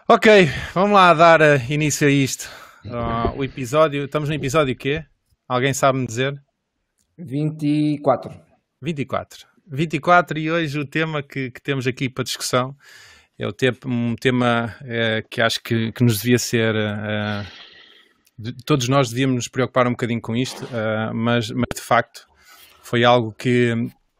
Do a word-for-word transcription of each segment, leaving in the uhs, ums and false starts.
Ok, vamos lá dar uh, início a isto. Uh, o episódio, estamos no episódio quê? Alguém sabe-me dizer? vinte e quatro. vinte e quatro. vinte e quatro e hoje o tema que, que temos aqui para discussão é o te um tema uh, que acho que, que nos devia ser... Uh, de, todos nós devíamos nos preocupar um bocadinho com isto, uh, mas, mas de facto foi algo que...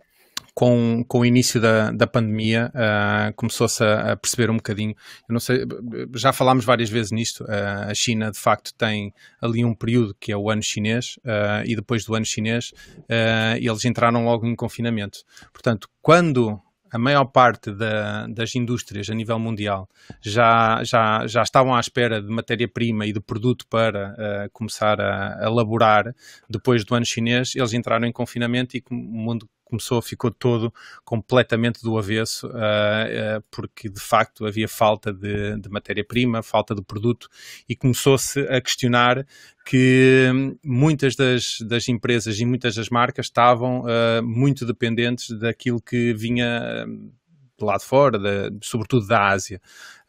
Com, com o início da, da pandemia, uh, começou-se a, a perceber um bocadinho. Eu não sei, já falámos várias vezes nisto. Uh, a China, de facto, tem ali um período que é o ano chinês, uh, e depois do ano chinês, uh, eles entraram logo em confinamento. Portanto, quando a maior parte da, das indústrias a nível mundial já, já, já estavam à espera de matéria-prima e de produto para uh, começar a, a elaborar, depois do ano chinês, eles entraram em confinamento e o mundo começou, ficou todo completamente do avesso, uh, uh, porque de facto havia falta de, de matéria-prima, falta de produto, e começou-se a questionar que muitas das, das empresas e muitas das marcas estavam uh, muito dependentes daquilo que vinha de lá de fora, de, sobretudo da Ásia.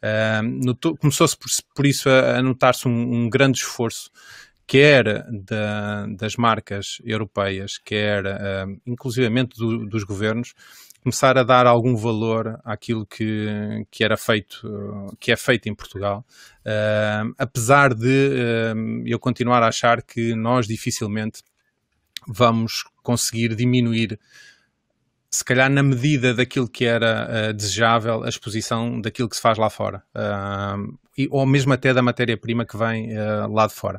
Uh, Começou-se por, por isso a, a notar-se um, um grande esforço, quer da, das marcas europeias, quer uh, inclusivamente do, dos governos, começar a dar algum valor àquilo que, que era feito, uh, que é feito em Portugal, uh, apesar de uh, eu continuar a achar que nós dificilmente vamos conseguir diminuir, se calhar na medida daquilo que era uh, desejável, a exposição daquilo que se faz lá fora, uh, e, ou mesmo até da matéria-prima que vem uh, lá de fora.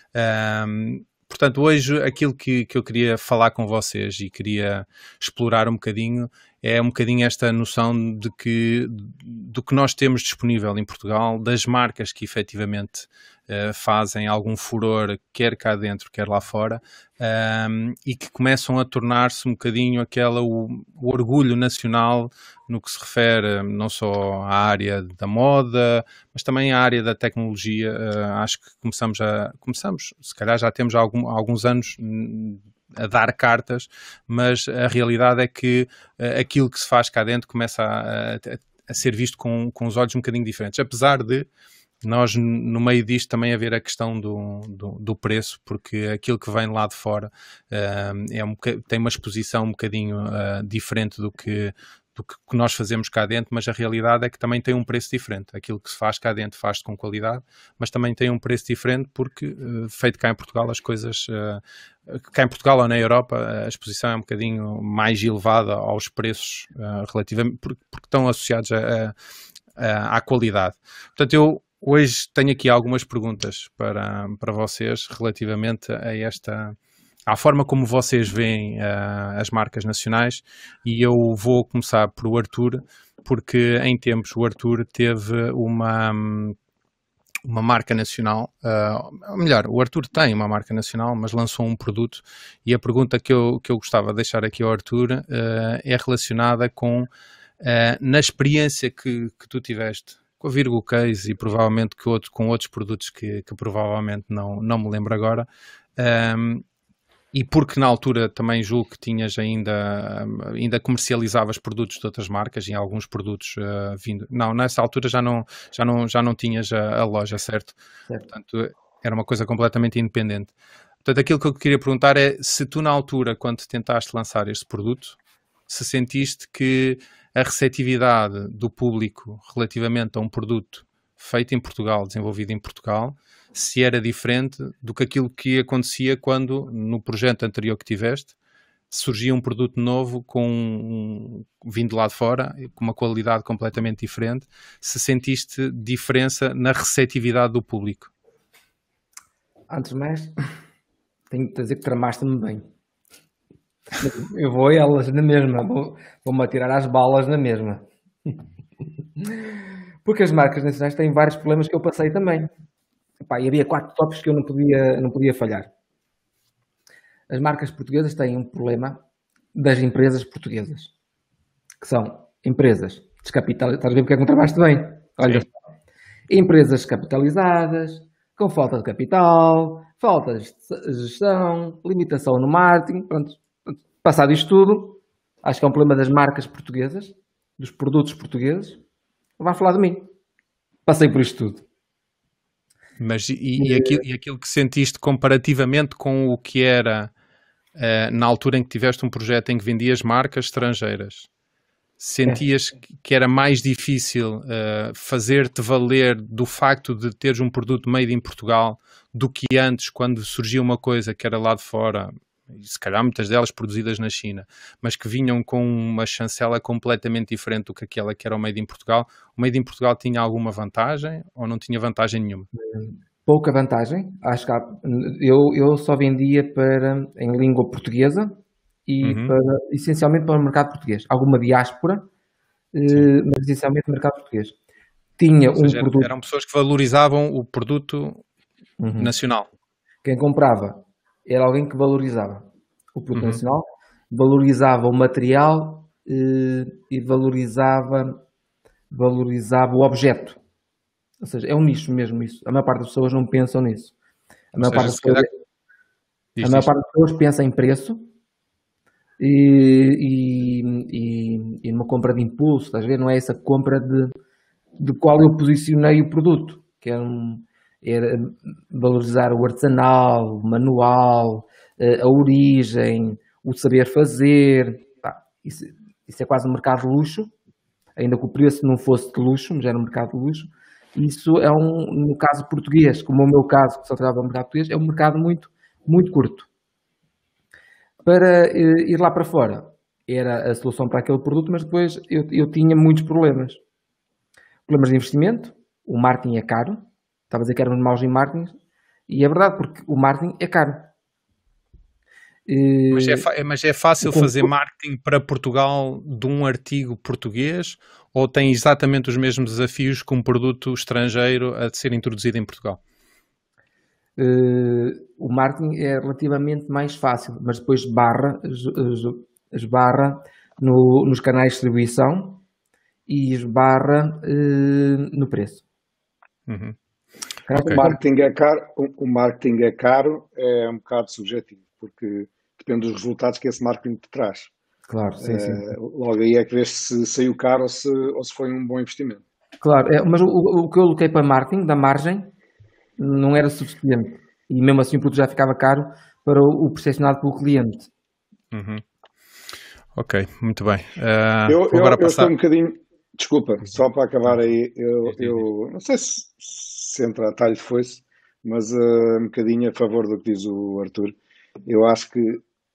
Um, portanto, hoje aquilo que, que eu queria falar com vocês e queria explorar um bocadinho é um bocadinho esta noção de que, do que nós temos disponível em Portugal, das marcas que efetivamente uh, fazem algum furor, quer cá dentro, quer lá fora, um, e que começam a tornar-se um bocadinho aquela, o, o orgulho nacional no que se refere não só à área da moda, mas também à área da tecnologia. Uh, acho que começamos a, começamos, se calhar já temos algum, alguns anos a dar cartas, mas a realidade é que uh, aquilo que se faz cá dentro começa a, a, a ser visto com, com os olhos um bocadinho diferentes, apesar de nós, no meio disto, também haver a questão do, do, do preço, porque aquilo que vem lá de fora uh, é um, tem uma exposição um bocadinho uh, diferente do que, do que nós fazemos cá dentro, mas a realidade é que também tem um preço diferente. Aquilo que se faz cá dentro faz-se com qualidade, mas também tem um preço diferente porque, uh, feito cá em Portugal, as coisas... Uh, cá em Portugal ou na Europa, a exposição é um bocadinho mais elevada aos preços, uh, relativamente, porque, porque estão associados a, a, à qualidade. Portanto, eu hoje tenho aqui algumas perguntas para, para vocês relativamente a esta, à forma como vocês veem uh, as marcas nacionais, e eu vou começar por o Arthur, porque em tempos o Arthur teve uma, uma marca nacional, uh, melhor, o Arthur tem uma marca nacional, mas lançou um produto, e a pergunta que eu, que eu gostava de deixar aqui ao Arthur uh, é relacionada com, uh, na experiência que, que tu tiveste com a Virgo Case e provavelmente que outro, com outros produtos que, que provavelmente não, não me lembro agora, um, e porque na altura também julgo que tinhas ainda, ainda comercializavas produtos de outras marcas e alguns produtos uh, vindo... Não, nessa altura já não, já não, já não tinhas a, a loja, certo? certo? Portanto, era uma coisa completamente independente. Portanto, aquilo que eu queria perguntar é se tu na altura, quando tentaste lançar este produto, se sentiste que a receptividade do público relativamente a um produto feito em Portugal, desenvolvido em Portugal, se era diferente do que aquilo que acontecia quando, no projeto anterior que tiveste, surgia um produto novo com um, vindo lá de fora, com uma qualidade completamente diferente, se sentiste diferença na receptividade do público? Antes de mais, tenho que dizer que tramaste-me bem. Eu vou a elas na mesma, vou, vou-me atirar às balas na mesma. Porque as marcas nacionais têm vários problemas que eu passei também. Epá, e havia quatro tópicos que eu não podia, não podia falhar. As marcas portuguesas têm um problema das empresas portuguesas, que são empresas descapitalizadas. Estás a ver porque é que não trabalhaste bem? Olha, empresas descapitalizadas, com falta de capital, falta de gestão, limitação no marketing. Pronto, passado isto tudo, acho que é um problema das marcas portuguesas, dos produtos portugueses. Não vai falar de mim. Passei por isto tudo. Mas e, e, aquilo, e aquilo que sentiste comparativamente com o que era uh, na altura em que tiveste um projeto em que vendias marcas estrangeiras? Sentias é. que era mais difícil uh, fazer-te valer do facto de teres um produto made in Portugal do que antes, quando surgia uma coisa que era lá de fora, e se calhar muitas delas produzidas na China, mas que vinham com uma chancela completamente diferente do que aquela que era o made in Portugal? O made in Portugal tinha alguma vantagem ou não tinha vantagem nenhuma? Pouca vantagem. Acho que há, eu, eu só vendia para, em língua portuguesa, e uhum. para, essencialmente para o mercado português. Alguma diáspora, eh, mas essencialmente mercado português. Tinha Ou seja, um produto... eram pessoas que valorizavam o produto uhum. nacional. Quem comprava era alguém que valorizava o produto uhum. nacional, valorizava o material eh, e valorizava, valorizava o objeto. Ou seja, é um nicho mesmo isso. A maior parte das pessoas não pensam nisso. A maior, seja, parte, das pessoas, calhar... a maior parte das pessoas pensa em preço, E, e, e, e numa compra de impulso, estás a ver? Não é essa compra de, de qual eu posicionei o produto, que era, um, era valorizar o artesanal, o manual, a origem, o saber fazer. Pá, isso, isso é quase um mercado de luxo, ainda que o preço não fosse de luxo, mas era um mercado de luxo. Isso é um, no caso português, como o meu caso, que só trabalha no mercado português, é um mercado muito, muito curto. Para ir lá para fora era a solução para aquele produto, mas depois eu, eu tinha muitos problemas. Problemas de investimento, o marketing é caro, estava a dizer que éramos maus em marketing, e é verdade, porque o marketing é caro. Mas é, mas é fácil fazer marketing para Portugal de um artigo português, ou tem exatamente os mesmos desafios que um produto estrangeiro a ser introduzido em Portugal? Uh, o marketing é relativamente mais fácil, mas depois esbarra, esbarra no, nos canais de distribuição e esbarra uh, no preço. Uhum. Okay. O marketing é caro, o marketing é caro, é um bocado subjetivo, porque depende dos resultados que esse marketing te traz. Claro, sim, uh, sim. Logo aí é que vês se saiu caro ou se, ou se foi um bom investimento. Claro, é, mas o, o que eu coloquei para marketing, da margem, não era suficiente. E mesmo assim o produto já ficava caro para o percepcionado pelo cliente. Uhum. Ok, muito bem. Uh, eu, eu, eu estou um bocadinho... Desculpa, só para acabar aí, eu, eu não sei se, se entra a talho foi-se, mas uh, um bocadinho a favor do que diz o Arthur. Eu acho que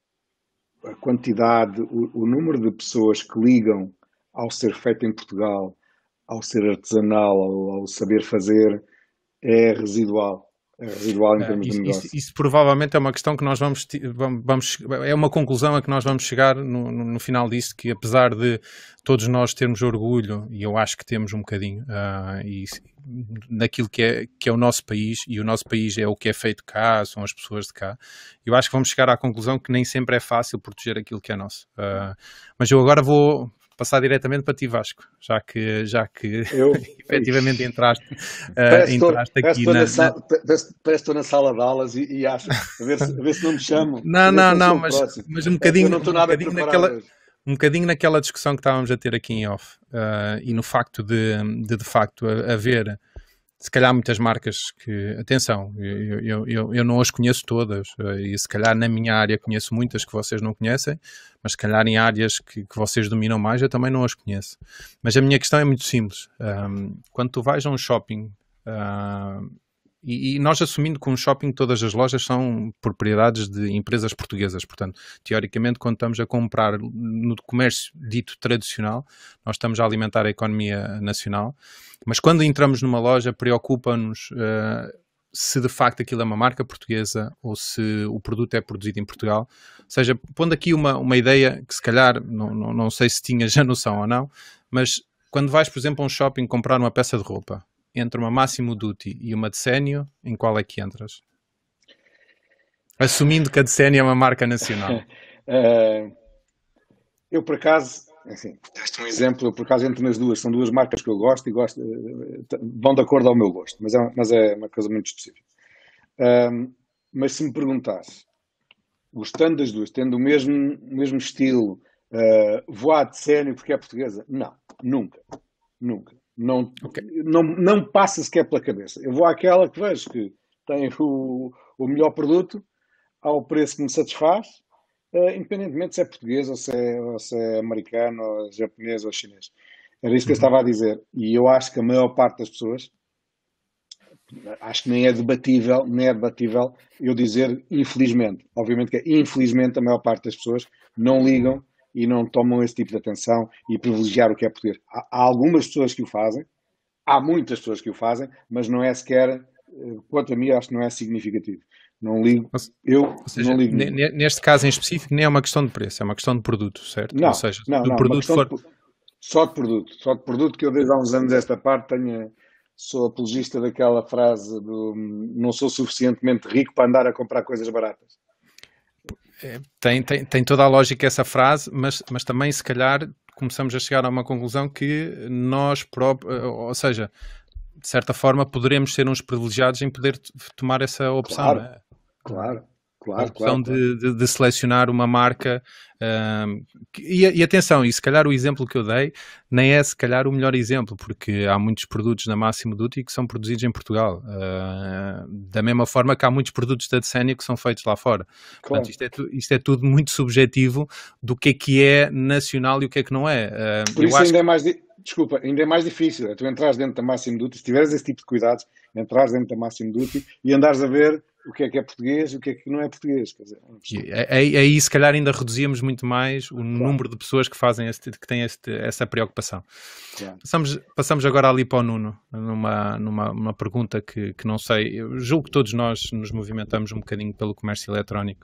a quantidade, o, o número de pessoas que ligam ao ser feito em Portugal, ao ser artesanal, ao, ao saber fazer, é residual. É residual em termos uh, isso, de negócio. Isso, isso provavelmente é uma questão que nós vamos, vamos é uma conclusão a que nós vamos chegar no, no, no final disto, que apesar de todos nós termos orgulho, e eu acho que temos um bocadinho, uh, e, naquilo que é, que é o nosso país, e o nosso país é o que é feito cá, são as pessoas de cá, eu acho que vamos chegar à conclusão que nem sempre é fácil proteger aquilo que é nosso. Uh, mas eu agora vou passar diretamente para ti, Vasco, já que, já que eu, efetivamente entraste, uh, parece entraste tô, aqui parece na... na sala, parece, parece estou na sala de aulas e, e acho, a ver, se, a ver se não me chamo. Não, não, não, mas, mas um bocadinho, é não estou nada um bocadinho naquela, um bocadinho naquela discussão que estávamos a ter aqui em off, uh, e no facto de, de, de facto, haver... Se calhar muitas marcas que, atenção, eu, eu, eu, eu não as conheço todas, e se calhar na minha área conheço muitas que vocês não conhecem, mas se calhar em áreas que, que vocês dominam mais eu também não as conheço. Mas a minha questão é muito simples. Um, quando tu vais a um shopping, uh, e, e nós assumindo que um shopping todas as lojas são propriedades de empresas portuguesas, portanto, teoricamente quando estamos a comprar no comércio dito tradicional, nós estamos a alimentar a economia nacional. Mas quando entramos numa loja, preocupa-nos uh, se de facto aquilo é uma marca portuguesa ou se o produto é produzido em Portugal. Ou seja, pondo aqui uma, uma ideia que se calhar, não, não, não sei se tinhas já noção ou não, mas quando vais, por exemplo, a um shopping comprar uma peça de roupa, entre uma Massimo Dutti e uma Decennio, em qual é que entras? Assumindo que a Decennio é uma marca nacional. uh, eu, por acaso... Assim, este é um exemplo, eu por acaso entro nas duas, são duas marcas que eu gosto e gosto, vão de acordo ao meu gosto, mas é, mas é uma coisa muito específica. Um, mas se me perguntasse, gostando das duas, tendo o mesmo, o mesmo estilo, uh, vou à Decennio porque é portuguesa? Não, nunca, nunca. Não, Ok. não, não me passa sequer pela cabeça. Eu vou àquela que vejo que tem o, o melhor produto ao preço que me satisfaz, eh, independentemente se é português ou se é, ou se é americano, ou japonês ou chinês. Era isso que eu Uhum. estava a dizer. E eu acho que a maior parte das pessoas, acho que nem é debatível, nem é debatível eu dizer infelizmente. Obviamente que é infelizmente a maior parte das pessoas não ligam e não tomam esse tipo de atenção e privilegiar o que é poder. Há, há algumas pessoas que o fazem, há muitas pessoas que o fazem, mas não é sequer, eh, quanto a mim, acho que não é significativo. Não ligo, Ou, se- eu ou seja, não ligo ne- nenhuma. ne- neste caso em específico, nem é uma questão de preço, é uma questão de produto, certo? Ou Não, seja, não, se o não, uma produto questão de, for. pro- só de produto, só de produto que eu desde há uns anos esta parte tenho, sou apologista daquela frase do não sou suficientemente rico para andar a comprar coisas baratas. É, tem, tem, tem toda a lógica essa frase, mas, mas também se calhar começamos a chegar a uma conclusão que nós próprios, ou seja, de certa forma poderemos ser uns privilegiados em poder t- tomar essa opção, não Claro, é? claro, A claro, opção claro, claro. de, de- de selecionar uma marca. ahm, que- e, e atenção, e se calhar o exemplo que eu dei nem é se calhar o melhor exemplo, porque há muitos produtos da Massimo Dutti que são produzidos em Portugal. Ah, da mesma forma que há muitos produtos da Decénia que são feitos lá fora. Portanto, Claro. isto é, tu- isto é tudo muito subjetivo do que é que é nacional e o que é que não é. Ah, Por eu isso acho ainda que é mais, di- desculpa, ainda é mais difícil. É tu entrares dentro da Massimo Dutti, se tiveres esse tipo de cuidados, entrares dentro da Massimo Dutti e andares a ver o que é que é português e o que é que não é português. Quer dizer, é uma questão. E Aí, aí se calhar ainda reduzíamos muito mais o Claro, número de pessoas que fazem este, que têm este, essa preocupação. claro. Passamos, passamos agora ali para o Nuno, numa, numa uma pergunta que, que não sei, eu julgo que todos nós nos movimentamos um bocadinho pelo comércio eletrónico,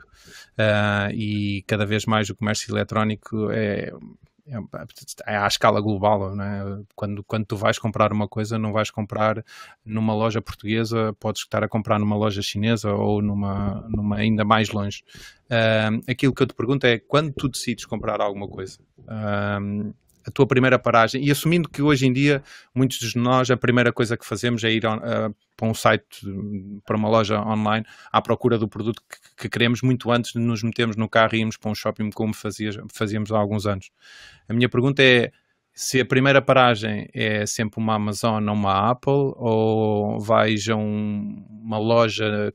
ah, e cada vez mais o comércio eletrónico é, é, é à escala global, não é? Quando, quando tu vais comprar uma coisa, não vais comprar numa loja portuguesa, podes estar a comprar numa loja chinesa ou numa, numa ainda mais longe. Ah, aquilo que eu te pergunto é, quando tu decides comprar alguma coisa, ah, a tua primeira paragem, e assumindo que hoje em dia muitos de nós a primeira coisa que fazemos é ir uh, para um site, para uma loja online à procura do produto que, que queremos muito antes de nos metermos no carro e irmos para um shopping como fazias, fazíamos há alguns anos. A minha pergunta é se a primeira paragem é sempre uma Amazon ou uma Apple, ou vais a um, uma loja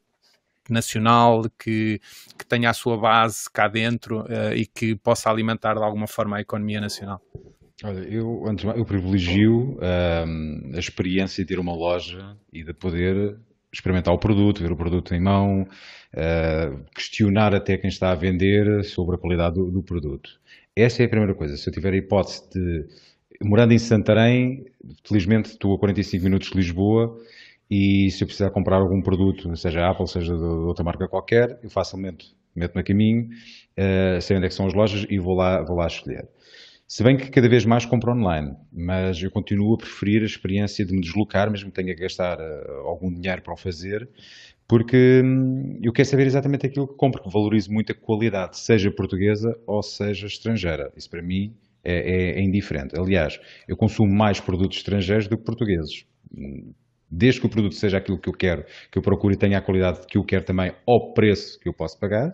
nacional que, que tenha a sua base cá dentro uh, e que possa alimentar de alguma forma a economia nacional? Olha, eu, antes de mais, eu privilegio hum, a experiência de ter uma loja e de poder experimentar o produto, ver o produto em mão, uh, questionar até quem está a vender sobre a qualidade do, do produto. Essa é a primeira coisa. Se eu tiver a hipótese de, morando em Santarém, felizmente estou a quarenta e cinco minutos de Lisboa, e se eu precisar comprar algum produto, seja Apple, seja de, de outra marca qualquer, eu facilmente meto-me a caminho, uh, sei onde é que são as lojas e vou lá, vou lá escolher. Se bem que cada vez mais compro online, mas eu continuo a preferir a experiência de me deslocar, mesmo que tenha que gastar uh, algum dinheiro para o fazer, porque hum, eu quero saber exatamente aquilo que compro, que valorizo muito a qualidade, seja portuguesa ou seja estrangeira. Isso para mim é, é, é indiferente. Aliás, eu consumo mais produtos estrangeiros do que portugueses. Desde que o produto seja aquilo que eu quero, que eu procuro e tenha a qualidade que eu quero também ao preço que eu posso pagar,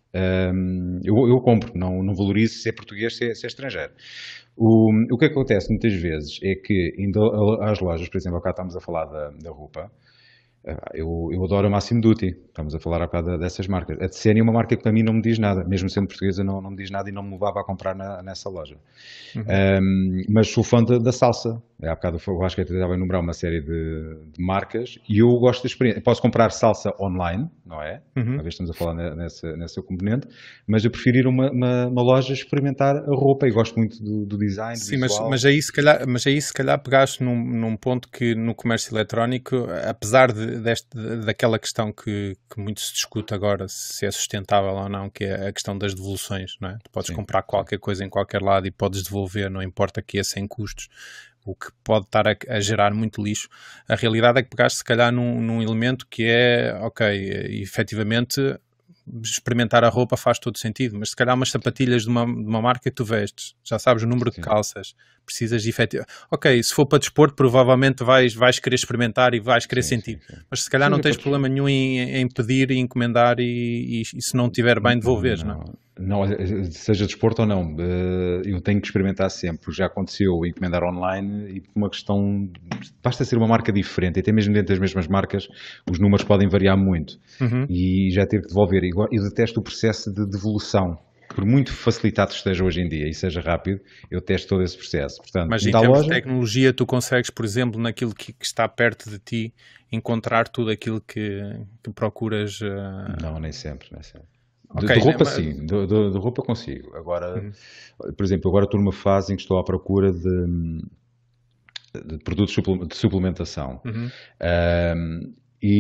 Um, eu, eu compro, não, não valorizo se é português, se é, se é estrangeiro. O, o que acontece muitas vezes é que, indo às lojas, por exemplo, cá estamos a falar da, da roupa, eu, eu adoro a Massimo Dutti, estamos a falar há bocado dessas marcas. A Decénia é uma marca que para mim não me diz nada, mesmo sendo portuguesa não, não me diz nada e não me levava a comprar na, nessa loja. Uhum. Um, mas sou fã da, da salsa. Há bocado eu acho que eu estava a enumerar uma série de, de marcas e eu gosto da experiência. Posso comprar salsa online, não é? Uhum. Uma vez estamos a falar nessa, nessa componente, mas eu prefiro ir a uma, uma, uma loja experimentar a roupa e gosto muito do, do design, do Sim, visual. Mas, mas, aí se calhar, mas aí se calhar pegaste num, num ponto que no comércio eletrónico, apesar de, deste, daquela questão que, que muito se discute agora, se é sustentável ou não, que é a questão das devoluções, não é? Tu podes sim, comprar qualquer sim. coisa em qualquer lado e podes devolver, não importa que é sem custos, o que pode estar a, a gerar muito lixo. A realidade é que pegaste se calhar num, num elemento que é, ok, efetivamente experimentar a roupa faz todo sentido, mas se calhar umas sapatilhas de uma, de uma marca que tu vestes, já sabes o número sim. de calças, precisas de efetivamente. Ok, se for para desporto, provavelmente vais, vais querer experimentar e vais querer sim, sentir, sim, sim. mas se calhar sim, não tens problema nenhum em, em pedir e encomendar e, e, e se não estiver bem devolveres, não, não. Não, seja desporto ou não, eu tenho que experimentar sempre, porque já aconteceu encomendar online e por uma questão, basta ser uma marca diferente, e até mesmo dentro das mesmas marcas, os números podem variar muito. Uhum. E já teve que devolver. Eu detesto o processo de devolução. Por muito facilitado que esteja hoje em dia e seja rápido, eu testo todo esse processo. Portanto, mas em da termos loja, de tecnologia, tu consegues, por exemplo, naquilo que, que está perto de ti, encontrar tudo aquilo que, que procuras? Uh... Não, nem sempre, nem sempre. Okay, de, de roupa, né? sim, de, de, de roupa consigo. Agora, Uhum. por exemplo, agora estou numa fase em que estou à procura de, de produtos de suplementação. Uhum. Um,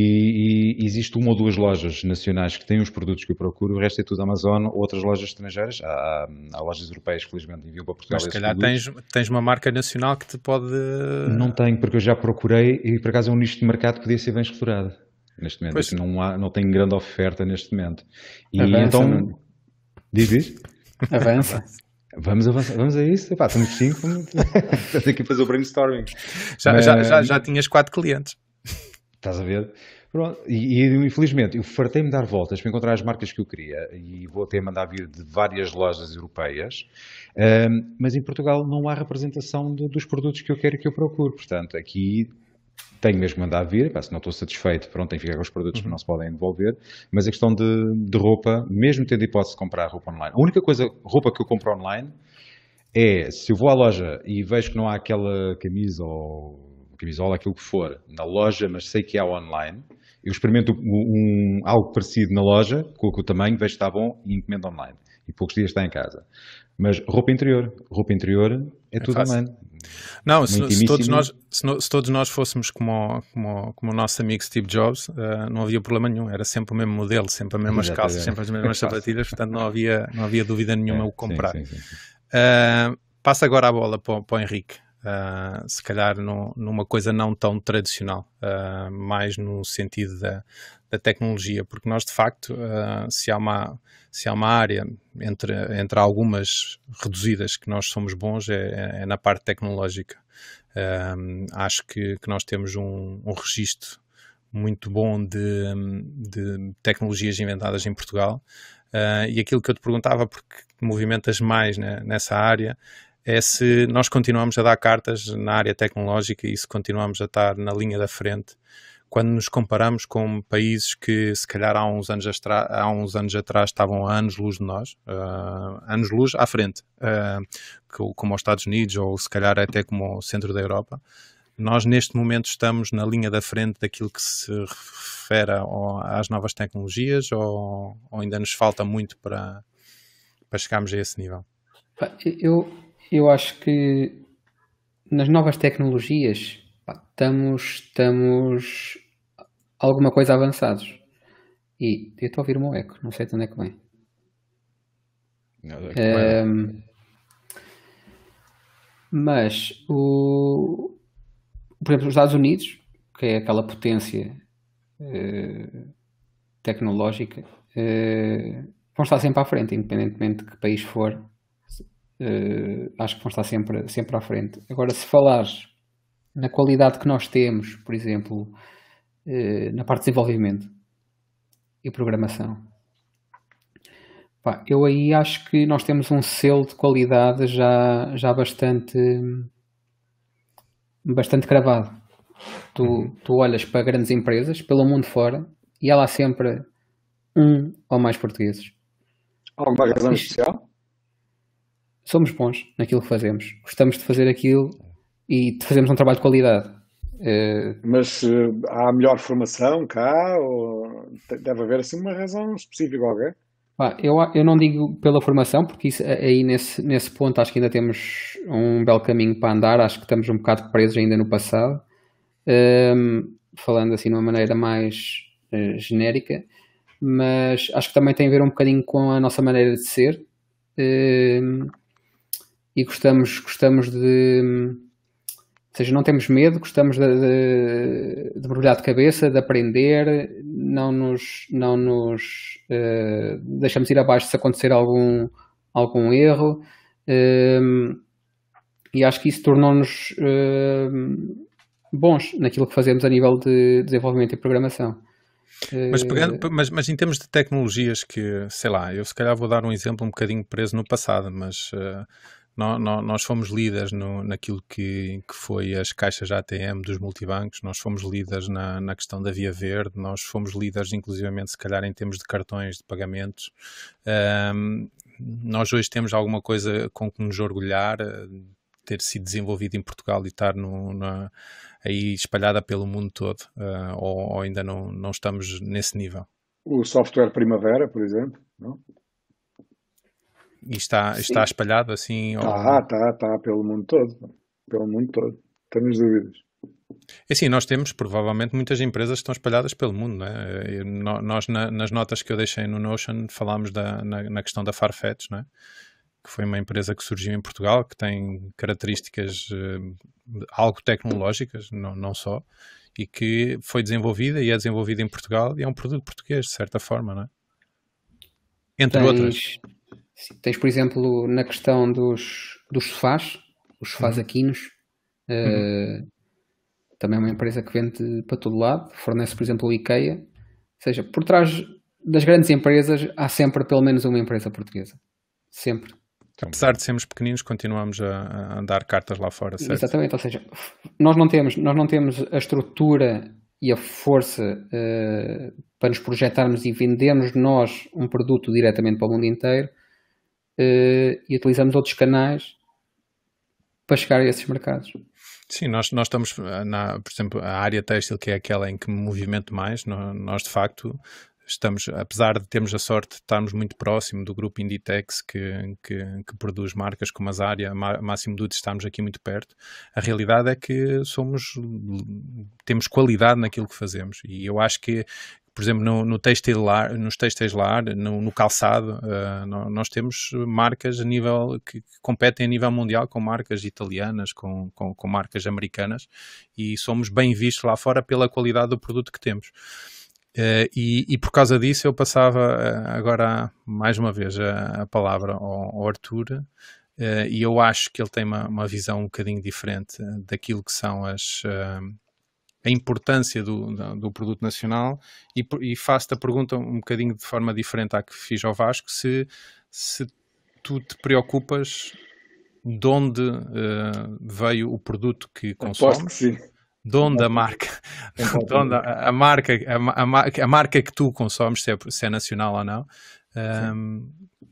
e, e existe uma ou duas lojas nacionais que têm os produtos que eu procuro, o resto é tudo Amazon ou outras lojas estrangeiras. Há, há lojas europeias que felizmente enviam para Portugal. Mas se esses calhar produtos. tens, tens uma marca nacional que te pode... Não tenho, porque eu já procurei e por acaso é um nicho de mercado que podia ser bem explorado. Neste momento, Pois. não, há, não tem grande oferta neste momento. E Avança, então, não? diz isso? Avança. Vamos avançar, vamos a isso. Epá, estamos cinco, estamos aqui a fazer o brainstorming. Já, Mas, já, já, já tinhas quatro clientes. Estás a ver? Pronto. E, e infelizmente eu fartei-me dar voltas para encontrar as marcas que eu queria e vou até mandar vir de várias lojas europeias, um, mas em Portugal não há representação de, dos produtos que eu quero e que eu procuro. Portanto, aqui tenho mesmo que mandar vir, pá, se não estou satisfeito, pronto, tenho que ficar com os produtos uhum. que não se podem devolver, mas a questão de, de roupa, mesmo tendo a hipótese de comprar roupa online, a única coisa, roupa que eu compro online é, se eu vou à loja e vejo que não há aquela camisa ou camisola, aquilo que for, na loja, mas sei que há online, eu experimento um, um, algo parecido na loja, com o tamanho, vejo que está bom e encomendo online. E poucos dias está em casa. Mas roupa interior, roupa interior é, é tudo fácil. Online. Não, se, se, todos nós, se, no, se todos nós fôssemos como, como, como o nosso amigo Steve Jobs, uh, não havia problema nenhum, era sempre o mesmo modelo, sempre as mesmas Exatamente. calças, sempre as mesmas sapatilhas, portanto não havia, não havia dúvida nenhuma é, o comprar. Sim, sim, sim. Uh, passa agora a bola para, para o Henrique, uh, se calhar no, numa coisa não tão tradicional, uh, mais no sentido da, da tecnologia, porque nós de facto, uh, se há uma... Se há uma área entre, entre algumas reduzidas que nós somos bons, é, é na parte tecnológica. Um, acho que, que nós temos um, um registro muito bom de, de tecnologias inventadas em Portugal. Uh, e aquilo que eu te perguntava, porque movimentas mais, né, nessa área, é se nós continuamos a dar cartas na área tecnológica e se continuamos a estar na linha da frente, quando nos comparamos com países que se calhar há uns anos, astra- há uns anos atrás estavam a anos-luz de nós, uh, anos-luz à frente, uh, como os Estados Unidos ou se calhar até como o centro da Europa, nós neste momento estamos na linha da frente daquilo que se refere ao, às novas tecnologias ou, ou ainda nos falta muito para, para chegarmos a esse nível? Eu, eu acho que nas novas tecnologias Estamos, estamos alguma coisa avançados. E eu estou a ouvir o meu eco, não sei de onde é que vem. Não, é um, mas, o, por exemplo, os Estados Unidos, que é aquela potência uh, tecnológica, uh, vão estar sempre à frente, independentemente de que país for. Uh, acho que vão estar sempre, sempre à frente. Agora, se falares na qualidade que nós temos, por exemplo, na parte de desenvolvimento e programação. Pá, eu aí acho que nós temos um selo de qualidade já, já bastante, bastante cravado. Tu, tu olhas para grandes empresas pelo mundo fora e há lá sempre um ou mais portugueses. Alguma razão especial? Somos bons naquilo que fazemos. Gostamos de fazer aquilo e fazemos um trabalho de qualidade. Uh, Mas uh, há melhor formação cá? Ou deve haver assim uma razão específica alguém? Pá, eu, eu não digo pela formação, porque isso, aí nesse, nesse ponto acho que ainda temos um belo caminho para andar. Acho que estamos um bocado presos ainda no passado. Um, falando assim de uma maneira mais uh, genérica. Mas acho que também tem a ver um bocadinho com a nossa maneira de ser. Uh, e gostamos, gostamos de... Ou seja, não temos medo, gostamos de, de, de mergulhar de cabeça, de aprender, não nos, não nos uh, deixamos ir abaixo se acontecer algum, algum erro, uh, e acho que isso tornou-nos uh, bons naquilo que fazemos a nível de desenvolvimento e programação. Mas, pegando, mas, mas em termos de tecnologias que, sei lá, eu se calhar vou dar um exemplo um bocadinho preso no passado, mas uh, nó- nó- nós fomos líderes no, naquilo que, que foi as caixas A T M dos multibancos, nós fomos líderes na, na questão da Via Verde, nós fomos líderes inclusivamente se calhar em termos de cartões de pagamentos. Um, nós hoje temos alguma coisa com que nos orgulhar, uh, ter sido desenvolvido em Portugal e estar no, na, aí espalhada pelo mundo todo, uh, ou, ou ainda não, não estamos nesse nível? O software Primavera, por exemplo, não? E está, está espalhado assim? Está, ou... está, está pelo mundo todo. Pelo mundo todo. Tenho dúvidas. É assim, nós temos provavelmente muitas empresas que estão espalhadas pelo mundo, não é? Nós, na, nas notas que eu deixei no Notion, falámos da, na, na questão da Farfetch, não é? Que foi uma empresa que surgiu em Portugal, que tem características uh, algo tecnológicas, não, não só, e que foi desenvolvida e é desenvolvida em Portugal e é um produto português, de certa forma, não é? Entre tens, outras. Tens, por exemplo, na questão dos, dos sofás, os sofás uhum. Aquinos, uh, uhum. também é uma empresa que vende para todo lado, fornece, por exemplo, o IKEA. Ou seja, por trás das grandes empresas há sempre pelo menos uma empresa portuguesa. Sempre. Apesar de sermos pequeninos, continuamos a, a dar cartas lá fora, certo? Exatamente, ou seja, nós não temos, nós não temos a estrutura e a força uh, para nos projetarmos e vendermos nós um produto diretamente para o mundo inteiro uh, e utilizamos outros canais para chegar a esses mercados. Sim, nós, nós estamos, na, por exemplo, a área têxtil, que é aquela em que me movimento mais, nós de facto... Estamos, apesar de termos a sorte de estarmos muito próximo do grupo Inditex que, que, que produz marcas como a Zara, Massimo Dutti, estamos aqui muito perto, a realidade é que somos, temos qualidade naquilo que fazemos e eu acho que, por exemplo, no, no textil lar, nos textos lar, no, no calçado, uh, nós temos marcas a nível, que, que competem a nível mundial com marcas italianas, com, com, com marcas americanas e somos bem vistos lá fora pela qualidade do produto que temos. Uh, e, e por causa disso eu passava uh, agora mais uma vez a, a palavra ao, ao Arthur uh, e eu acho que ele tem uma, uma visão um bocadinho diferente daquilo que são as, uh, a importância do, do produto nacional e, e faço-te a pergunta um bocadinho de forma diferente à que fiz ao Vasco, se, se tu te preocupas de onde uh, veio o produto que consomes. Aposto que sim. De onde a marca, de onde a, a, marca a, a, a marca que tu consomes, se é, se é nacional ou não. Um,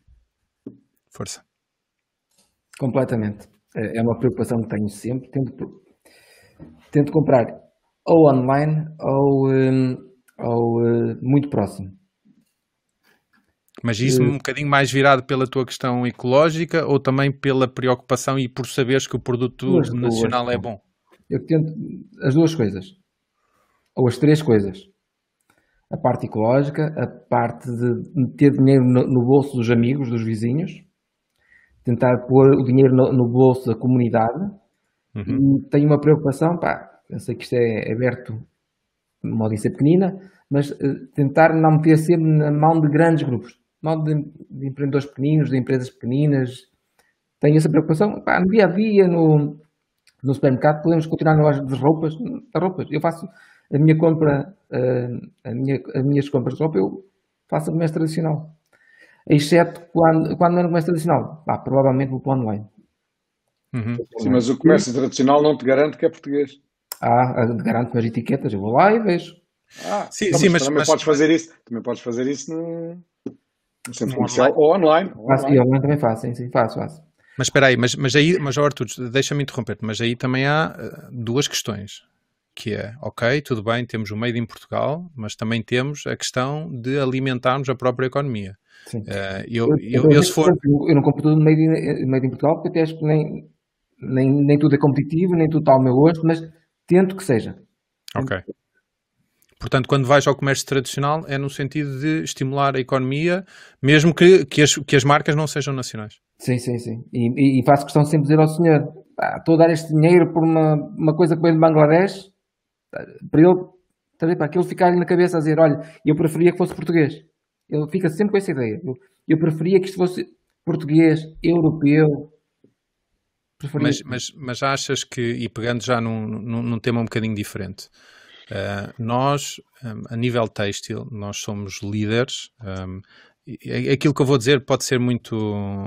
força. Completamente. É uma preocupação que tenho sempre. Tento, tento comprar ou online ou, um, ou uh, muito próximo. Mas isso uh, um bocadinho mais virado pela tua questão ecológica ou também pela preocupação e por saberes que o produto duas, nacional duas. é bom? Eu tento as duas coisas, ou as três coisas. A parte ecológica, a parte de ter dinheiro no, no bolso dos amigos, dos vizinhos, tentar pôr o dinheiro no, no bolso da comunidade. Uhum. E tenho uma preocupação, pá, eu sei que isto é aberto, de uma audiência pequenina, mas uh, tentar não meter sempre na mão de grandes grupos, mão de, de empreendedores pequeninos, de empresas pequeninas. Tenho essa preocupação, pá, no dia a dia, no... no supermercado, podemos continuar na loja de roupas, de roupas. Eu faço a minha compra, a minha, as minhas compras de roupa, eu faço a comércio tradicional. Exceto quando, quando não é no comércio tradicional. Bah, provavelmente vou para o online. Uhum. Sim, mas o comércio tradicional não te garante que é português. Ah, garante-me as etiquetas. Eu vou lá e vejo. Ah, sim, então, sim, mas, mas também mas... podes fazer isso. Também podes fazer isso no, no centro comercial ou online. Ou faço, online. E online também faço, sim, sim, faço, faço. Mas espera aí, mas, mas aí, mas Arthur, deixa-me interromper-te, mas aí também há uh, duas questões, que é, ok, tudo bem, temos o Made in Portugal, mas também temos a questão de alimentarmos a própria economia. Sim. Uh, eu, eu, eu, eu, se for... eu não compro tudo Made in, made in Portugal, porque até acho que nem, nem, nem tudo é competitivo, nem tudo está ao meu gosto, mas tento que seja. Ok. Portanto, quando vais ao comércio tradicional, é no sentido de estimular a economia, mesmo que, que, as, que as marcas não sejam nacionais. Sim, sim, sim. E, e faço questão de sempre dizer ao senhor, pá, estou a dar este dinheiro por uma, uma coisa que veio de Bangladesh, para ele, para que ele ficar na cabeça a dizer, olha, eu preferia que fosse português. Ele fica sempre com essa ideia. Eu, eu preferia que isto fosse português, europeu. Mas, mas, mas achas que, e pegando já num, num, num tema um bocadinho diferente, Uh, nós, um, a nível têxtil, nós somos líderes. Um, Aquilo que eu vou dizer pode ser muito,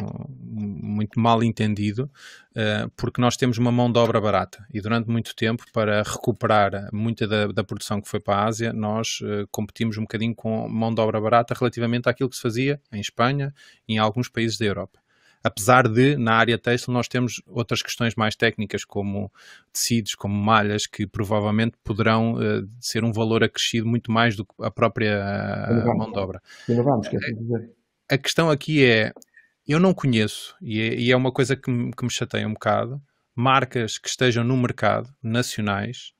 muito mal entendido, uh, porque nós temos uma mão de obra barata e durante muito tempo, para recuperar muita da, da produção que foi para a Ásia, nós uh, competimos um bocadinho com mão de obra barata relativamente àquilo que se fazia em Espanha e em alguns países da Europa. Apesar de, na área têxtil, nós temos outras questões mais técnicas, como tecidos, como malhas, que provavelmente poderão uh, ser um valor acrescido muito mais do que a própria uh, mão de obra. Vamos, quer dizer. A questão aqui é, eu não conheço, e é, e é uma coisa que me, que me chateia um bocado, marcas que estejam no mercado, nacionais,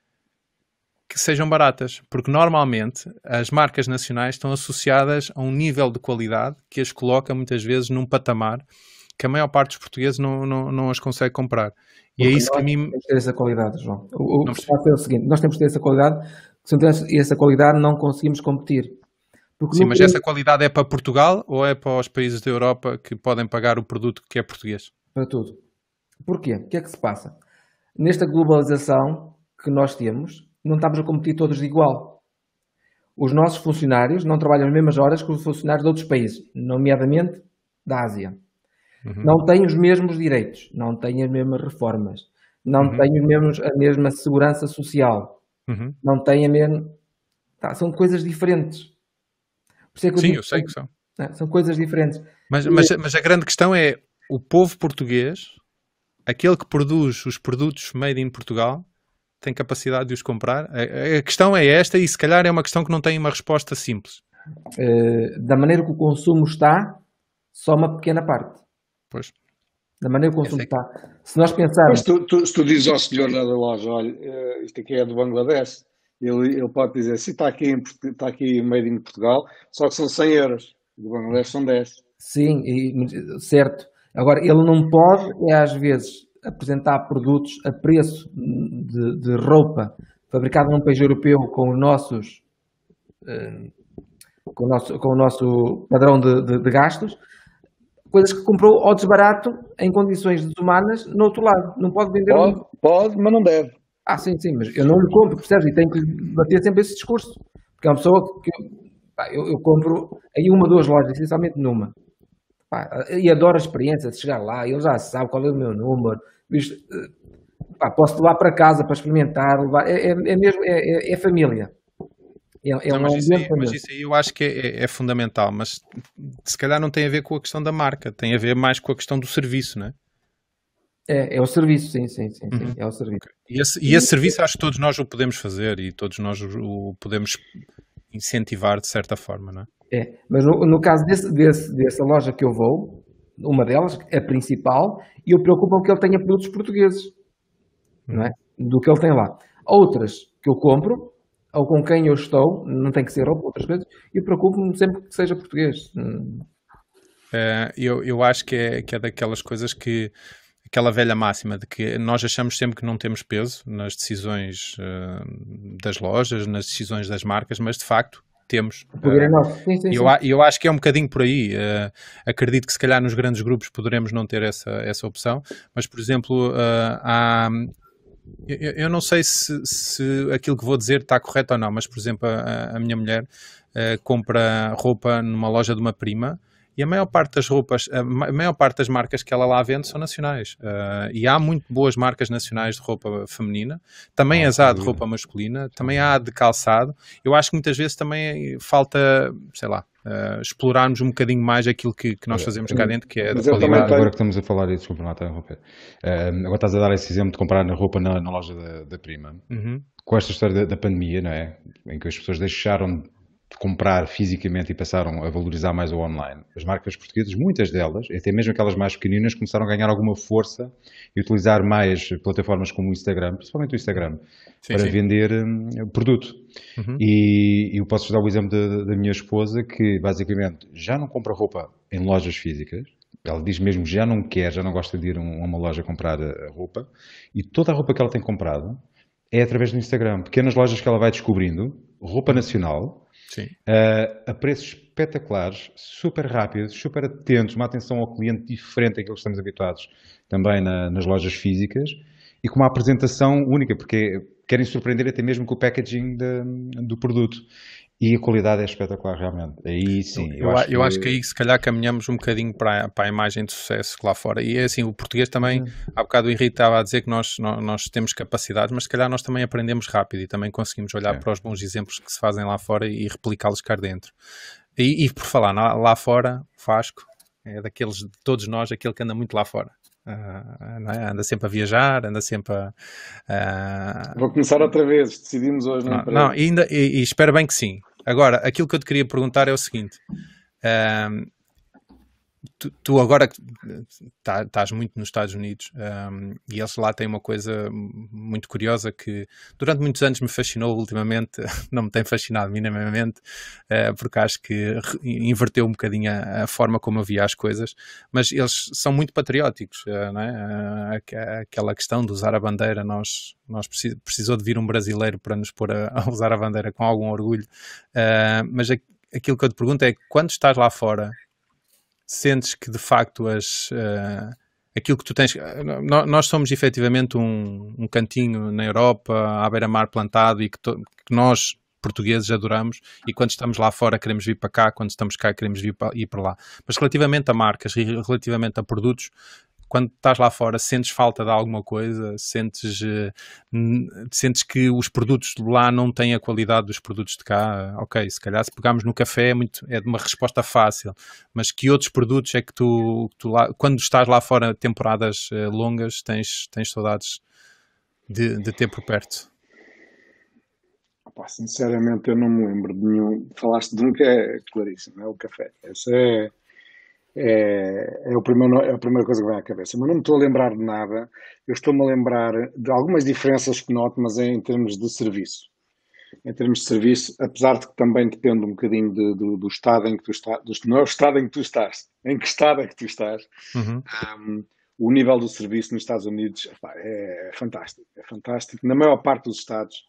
que sejam baratas, porque normalmente as marcas nacionais estão associadas a um nível de qualidade que as coloca muitas vezes num patamar que a maior parte dos portugueses não, não, não as consegue comprar. E porque é isso que a mim... Nós temos que ter essa qualidade, João. O, o que está a ser o seguinte, nós temos que ter essa qualidade, se não temos essa qualidade não conseguimos competir. Porque Sim, mas temos... essa qualidade é para Portugal ou é para os países da Europa que podem pagar o produto que é português? Para tudo. Porquê? O que é que se passa? Nesta globalização que nós temos, não estamos a competir todos de igual. Os nossos funcionários não trabalham as mesmas horas que os funcionários de outros países, nomeadamente da Ásia. Uhum. Não têm os mesmos direitos, não têm as mesmas reformas, não uhum. têm os mesmos, a mesma segurança social, uhum. não têm a mesma... Tá, são coisas diferentes. Por isso é que eu Sim, digo, eu sei que são. É, são coisas diferentes. Mas, mas, mas a grande questão é o povo português, aquele que produz os produtos made in Portugal, tem capacidade de os comprar? A, a questão é esta e se calhar é uma questão que não tem uma resposta simples. Uh, da maneira que o consumo está, só uma pequena parte. Pois. Da maneira que o consumo é está. Se nós pensarmos... Mas tu, tu, se tu dizes ao senhor da loja, olha, uh, isto aqui é do Bangladesh, ele, ele pode dizer, se está aqui, em, está aqui made in Portugal, só que são cem euros. Do Bangladesh são dez. Sim, e, certo. Agora, ele não pode, é às vezes... apresentar produtos a preço de, de roupa fabricada num país europeu com os nossos uh, com, o nosso, com o nosso padrão de, de, de gastos, coisas que comprou ao desbarato em condições desumanas no outro lado. Não pode vender... Pode, um... pode, mas não deve. Ah, sim, sim, mas eu não lhe compro, percebes? E tenho que bater sempre esse discurso. Porque é uma pessoa que pá, eu, eu compro em uma ou duas lojas, essencialmente numa. Pá, e adoro a experiência de chegar lá, ele já sabe qual é o meu número, isto, pá, posso levar para casa para experimentar, levar, é, é, é mesmo, é, é, é família. É, é não, um mas, isso aí, família. mas isso aí eu acho que é, é, é fundamental, mas se calhar não tem a ver com a questão da marca, tem a ver mais com a questão do serviço, não é? É, é o serviço, sim, sim, sim, sim uhum. é o serviço. E esse, e esse serviço acho que todos nós o podemos fazer e todos nós o podemos incentivar de certa forma, não é? É, mas no, no caso desse, desse, dessa loja que eu vou, uma delas, a principal, e eu preocupo-me que ele tenha produtos portugueses, uhum. não é? Do que ele tem lá. Outras que eu compro, ou com quem eu estou, não tem que ser roupa, outras coisas, e preocupo-me sempre que seja português. É, eu, eu acho que é, que é daquelas coisas que aquela velha máxima de que nós achamos sempre que não temos peso nas decisões uh, das lojas, nas decisões das marcas, mas de facto temos. Uh, sim, sim, eu, sim. eu acho que é um bocadinho por aí. Uh, acredito que se calhar nos grandes grupos poderemos não ter essa, essa opção, mas por exemplo, uh, há... Eu, eu não sei se, se aquilo que vou dizer está correto ou não, mas por exemplo a, a minha mulher uh, compra roupa numa loja de uma prima e a maior parte das roupas, a maior parte das marcas que ela lá vende são nacionais. Uh, e há muito boas marcas nacionais de roupa feminina, também as há de roupa masculina, também há de calçado. Eu acho que muitas vezes também falta, sei lá, uh, explorarmos um bocadinho mais aquilo que, que nós fazemos cá dentro, que é da qualidade. Agora que estamos a falar, e desculpa, não está a interromper. Uh, agora estás a dar esse exemplo de comprar na roupa na, na loja da, da prima. Uhum. Com esta história da, da pandemia, não é? Em que as pessoas deixaram de comprar fisicamente e passaram a valorizar mais o online. As marcas portuguesas, muitas delas, até mesmo aquelas mais pequeninas, começaram a ganhar alguma força e utilizar mais plataformas como o Instagram, principalmente o Instagram, sim, para sim. vender um, produto. Uhum. E, e eu posso dar o exemplo da, da minha esposa, que basicamente já não compra roupa em lojas físicas. Ela diz mesmo que já não quer, já não gosta de ir a uma loja comprar a roupa. E toda a roupa que ela tem comprado é através do Instagram. Pequenas lojas que ela vai descobrindo, roupa nacional, Uh, a preços espetaculares, super rápidos, super atentos, uma atenção ao cliente diferente daquilo que estamos habituados também na, nas lojas físicas e com uma apresentação única, porque querem surpreender até mesmo com o packaging de, do produto. E a qualidade é espetacular, realmente. Aí sim. Eu, eu, eu, acho, que... eu acho que aí se calhar caminhamos um bocadinho para a, para a imagem de sucesso lá fora. E é assim, o português também, uhum. há bocado o Henrique estava a dizer que nós, nós, nós temos capacidades, mas se calhar nós também aprendemos rápido e também conseguimos olhar é. para os bons exemplos que se fazem lá fora e replicá-los cá dentro. E, e por falar, lá fora, o Vasco é daqueles de todos nós, aquele que anda muito lá fora. Uh, não é? Anda sempre a viajar, anda sempre a... Uh... Vou começar outra vez, decidimos hoje na não, empresa. Não, ainda, e, e espero bem que sim. Agora, aquilo que eu te queria perguntar é o seguinte, um, tu, tu agora tá, estás muito nos Estados Unidos um, e eles lá têm uma coisa muito curiosa que durante muitos anos me fascinou, ultimamente não me tem fascinado minimamente, uh, porque acho que inverteu um bocadinho a, a forma como eu via as coisas, mas eles são muito patrióticos, uh, não é? Uh, aquela questão de usar a bandeira, nós, nós precis, precisou de vir um brasileiro para nos pôr a, a usar a bandeira com algum orgulho, uh, mas a, aquilo que eu te pergunto é, quando estás lá fora, sentes que de facto as, uh, aquilo que tu tens, uh, nós somos efetivamente um, um cantinho na Europa, à beira-mar plantado e que, to, que nós portugueses adoramos e quando estamos lá fora queremos vir para cá, quando estamos cá queremos vir para, ir para lá. Mas relativamente a marcas, relativamente a produtos, quando estás lá fora, sentes falta de alguma coisa? Sentes, uh, sentes que os produtos de lá não têm a qualidade dos produtos de cá? Ok, se calhar se pegarmos no café é, muito, é de uma resposta fácil, mas que outros produtos é que tu, tu lá, quando estás lá fora temporadas uh, longas, tens, tens saudades de, de ter por perto? Opa, sinceramente eu não me lembro de nenhum. Falaste de um que é claríssimo, é o café. Esse é... É, é, o primeiro, é a primeira coisa que vem à cabeça, mas não me estou a lembrar de nada. Eu estou-me a lembrar de algumas diferenças que noto, mas é em termos de serviço. Em termos de serviço, apesar de que também depende um bocadinho de, do, do estado em que tu estás, do, não é o estado em que tu estás, em que estado é que tu estás. Uhum. Um, o nível do serviço nos Estados Unidos epá, é fantástico, é fantástico. Na maior parte dos estados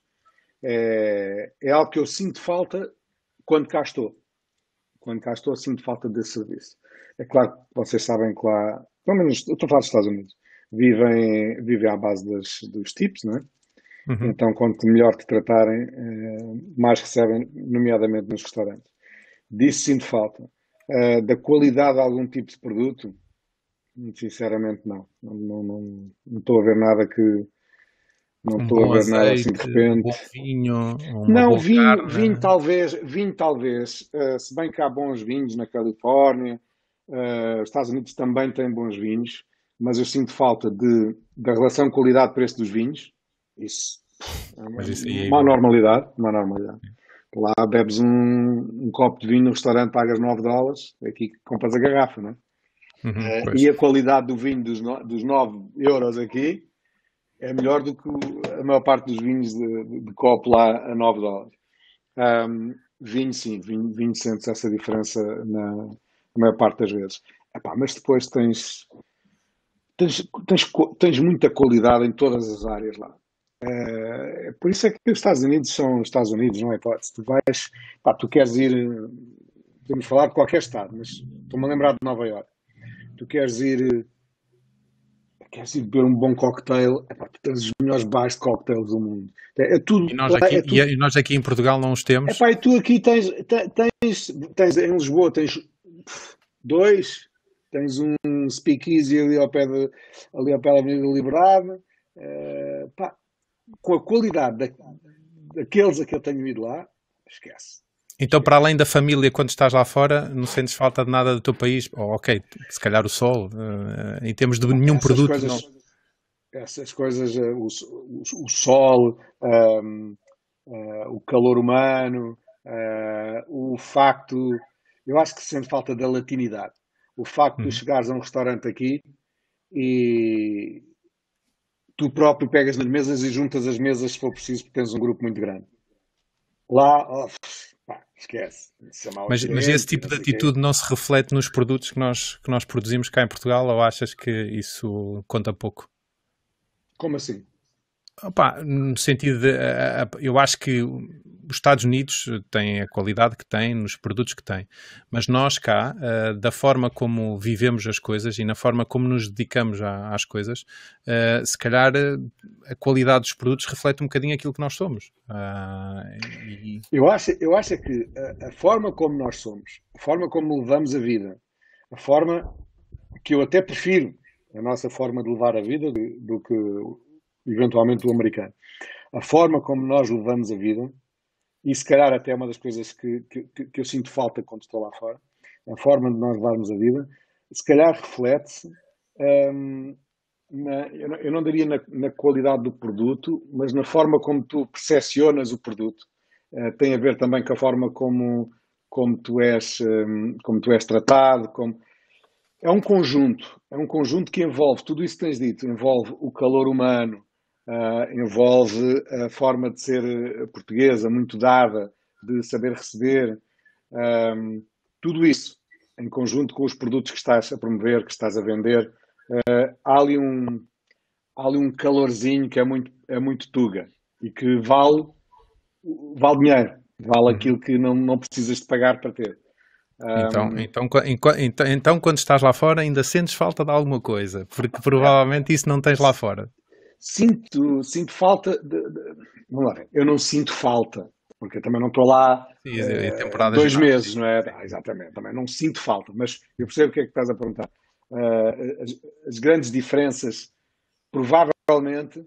é, é algo que eu sinto falta quando cá estou. Quando cá estou, sinto falta desse serviço. É claro que vocês sabem que lá, pelo menos, eu estou a falar dos Estados Unidos, vivem, vivem à base das, dos tips, não é? Uhum. Então, quanto melhor te tratarem, mais recebem, nomeadamente nos restaurantes. Disso sinto falta. Da qualidade de algum tipo de produto, sinceramente não. Não, não, não, não estou a ver nada que... Não um estou a ver azeite, nada assim de repente. Um bom vinho, não, vinho, vinho talvez, vinho talvez, uh, se bem que há bons vinhos na Califórnia, uh, os Estados Unidos também têm bons vinhos, mas eu sinto falta de, da relação qualidade-preço dos vinhos. Isso é uma, isso é uma normalidade, uma normalidade. Lá bebes um, um copo de vinho no restaurante, pagas nove dólares, aqui compras a garrafa, não é? Uhum, uh, e a qualidade do vinho dos, no, dos nove euros aqui é melhor do que a maior parte dos vinhos de, de, de copo lá a nove dólares. Um, vinho, sim, vinho, vinho sentes essa diferença na, na maior parte das vezes. Epá, mas depois tens, tens, tens, tens muita qualidade em todas as áreas lá. Uh, por isso é que os Estados Unidos são os Estados Unidos, não é hipótese. Tu vais, pá, tu queres ir, podemos falar de qualquer estado, mas estou-me a lembrar de Nova Iorque. Tu queres ir... Queres ir beber um bom cocktail, epá, tu tens os melhores bares de cocktails do mundo. É, é tudo, e, nós aqui, é tudo... e nós aqui em Portugal não os temos. Epá, e tu aqui tens, tens, tens, em Lisboa tens dois, tens um speakeasy ali ao pé, de, ali ao pé da Avenida Liberdade, uh, pá, com a qualidade da, daqueles a que eu tenho ido lá, esquece. Então, para além da família, quando estás lá fora, não sentes falta de nada do teu país? Oh, ok, se calhar o sol, uh, em termos de nenhum essas produto. Coisas, não... Essas coisas, uh, o, o, o sol, um, uh, o calor humano, uh, o facto... Eu acho que se sente falta da latinidade. O facto hum. de tu chegares a um restaurante aqui e tu próprio pegas nas mesas e juntas as mesas se for preciso, porque tens um grupo muito grande. Lá... Oh, pá, esquece. Mas, mas esse tipo de atitude não se reflete nos produtos que nós, que nós produzimos cá em Portugal, ou achas que isso conta pouco? Como assim? Opa, no sentido de, eu acho que os Estados Unidos têm a qualidade que têm nos produtos que têm, mas nós cá, uh, da forma como vivemos as coisas e na forma como nos dedicamos a, às coisas, uh, se calhar a qualidade dos produtos reflete um bocadinho aquilo que nós somos. Uh, e... Eu acho, eu acho que a, a forma como nós somos, a forma como levamos a vida, a forma que eu até prefiro a nossa forma de levar a vida do, do que eventualmente o americano. A forma como nós levamos a vida, e se calhar até uma das coisas que, que, que eu sinto falta quando estou lá fora, a forma de nós levarmos a vida, se calhar reflete-se, hum, na, eu, não, eu não diria na, na qualidade do produto, mas na forma como tu percepcionas o produto. Uh, tem a ver também com a forma como, como, tu, és, um, como tu és tratado. Como... É um conjunto, é um conjunto que envolve tudo isso que tens dito, envolve o calor humano, Uh, envolve a forma de ser portuguesa, muito dada, de saber receber, um, tudo isso em conjunto com os produtos que estás a promover, que estás a vender, uh, há, ali um, há ali um calorzinho que é muito, é muito tuga e que vale, vale dinheiro, vale aquilo que não, não precisas de pagar para ter. Um, então, então, então, então, quando estás lá fora, ainda sentes falta de alguma coisa, porque provavelmente isso não tens lá fora. Sinto, sinto falta de, de, vamos lá ver, eu não sinto falta, porque eu também não estou lá Sim, uh, dois meses, não é? Ah, exatamente, também não sinto falta, mas eu percebo o que é que estás a perguntar. Uh, as, as grandes diferenças, provavelmente,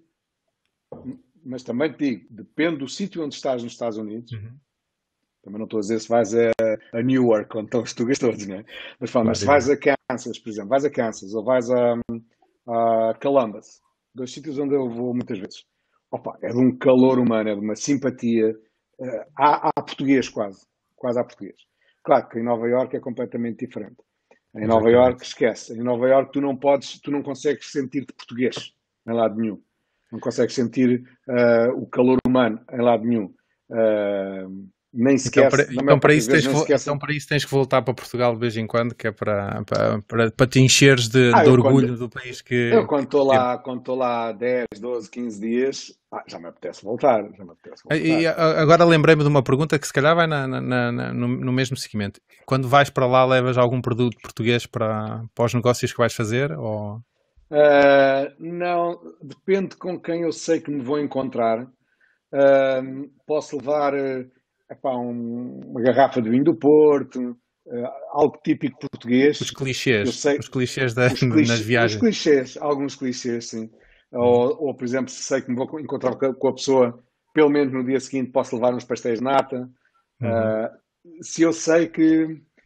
mas também te digo, depende do sítio onde estás nos Estados Unidos. Uhum. Também não estou a dizer se vais a, a Newark, onde estão os tugas todos, não é? Mas, fala, mas se vais a Kansas, por exemplo, vais a Kansas ou vais a, a Columbus, dois sítios onde eu vou muitas vezes. Opa, é de um calor humano, é de uma simpatia. Uh, há, há português quase. Quase há português. Claro que em Nova Iorque é completamente diferente. Em Exatamente. Nova Iorque, esquece. Em Nova Iorque tu não podes, tu não consegues sentir-te português em lado nenhum. Não consegues sentir uh, o calor humano em lado nenhum. Uh, nem sequer... Então, para, então, para isso tens, então para isso tens que voltar para Portugal de vez em quando, que é para, para, para, para te encheres de, ah, de orgulho quando, do país que... Eu quando estou lá, quando estou lá dez, doze, quinze dias, ah, já me apetece voltar. Já me apetece voltar. E agora lembrei-me de uma pergunta que se calhar vai na, na, na, no, no mesmo seguimento. Quando vais para lá, levas algum produto português para, para os negócios que vais fazer? Ou... Uh, não, depende com quem eu sei que me vou encontrar. Uh, posso levar... Uh, Epá, um, uma garrafa de vinho do Porto, uh, algo típico português. Os clichês, sei, os clichês da, os clichês, nas viagens. Os clichês, alguns clichês, sim. Hum. Ou, ou, por exemplo, se sei que me vou encontrar com a pessoa, pelo menos no dia seguinte posso levar uns pastéis de nata. Hum. Uh, se eu sei que...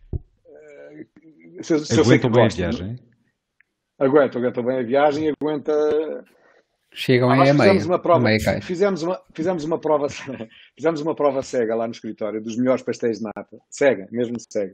Uh, se, se eu sei que bem gosto, a viagem? Aguento, aguento bem a viagem e aguenta... Chegam ah, aí a meia, uma prova, a meia caixa. Fizemos uma, fizemos, uma prova, fizemos uma prova cega lá no escritório dos melhores pastéis de nata. Cega, mesmo cega.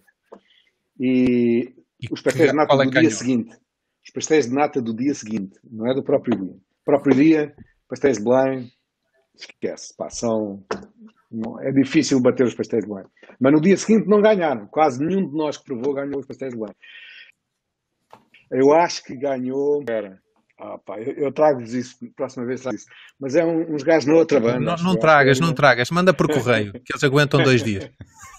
E, e os pastéis de nata do dia seguinte. Os pastéis de nata do dia seguinte. Não é do próprio dia. Próprio dia, pastéis de Belém, esquece. Pá, são, não, é difícil bater os pastéis de Belém. Mas no dia seguinte não ganharam. Quase nenhum de nós que provou ganhou os pastéis de Belém. Eu acho que ganhou... Era, Ah, pá, eu, eu trago-vos isso, próxima vez trago isso. Mas é um, uns gajos na outra banda. Não, não tragas, não tragas, manda por correio, que eles aguentam dois dias.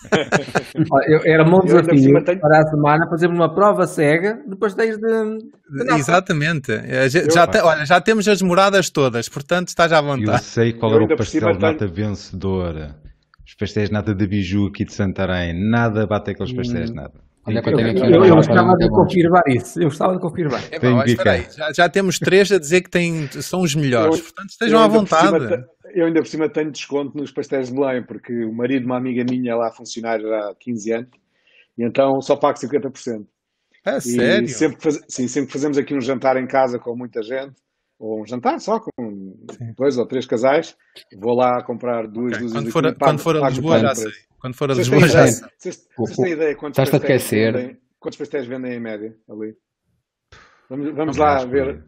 eu, era um bom desafio tenho... para a semana fazermos uma prova cega de pastéis de... de Exatamente. Já, eu, já, te, olha, já temos as moradas todas, portanto estás à vontade. Eu sei qual era o pastel de nata tenho... vencedor. Os pastéis de nata de Biju aqui de Santarém. Nada bate aqueles pastéis hum. de nata. Olha, eu, eu, eu, eu gostava de confirmar isso. Eu gostava de confirmar. É, bom, mas, aí, já, já temos três a dizer que têm, são os melhores. Eu, Portanto, estejam à vontade. Cima, eu ainda por cima tenho desconto nos pastéis de Belém, porque o marido de uma amiga minha é lá funcionário há quinze anos, e então só pago cinquenta por cento. É e sério? Sempre, faz, sim, sempre fazemos aqui um jantar em casa com muita gente, ou um jantar só com sim. dois ou três casais, vou lá comprar duas okay. dúzias de quando, quando for a Lisboa já sei. Quando for a Lisboa já sei. Vocês têm ideia quantos pastéis, vendem, quantos pastéis vendem em média ali? Vamos, vamos lá ver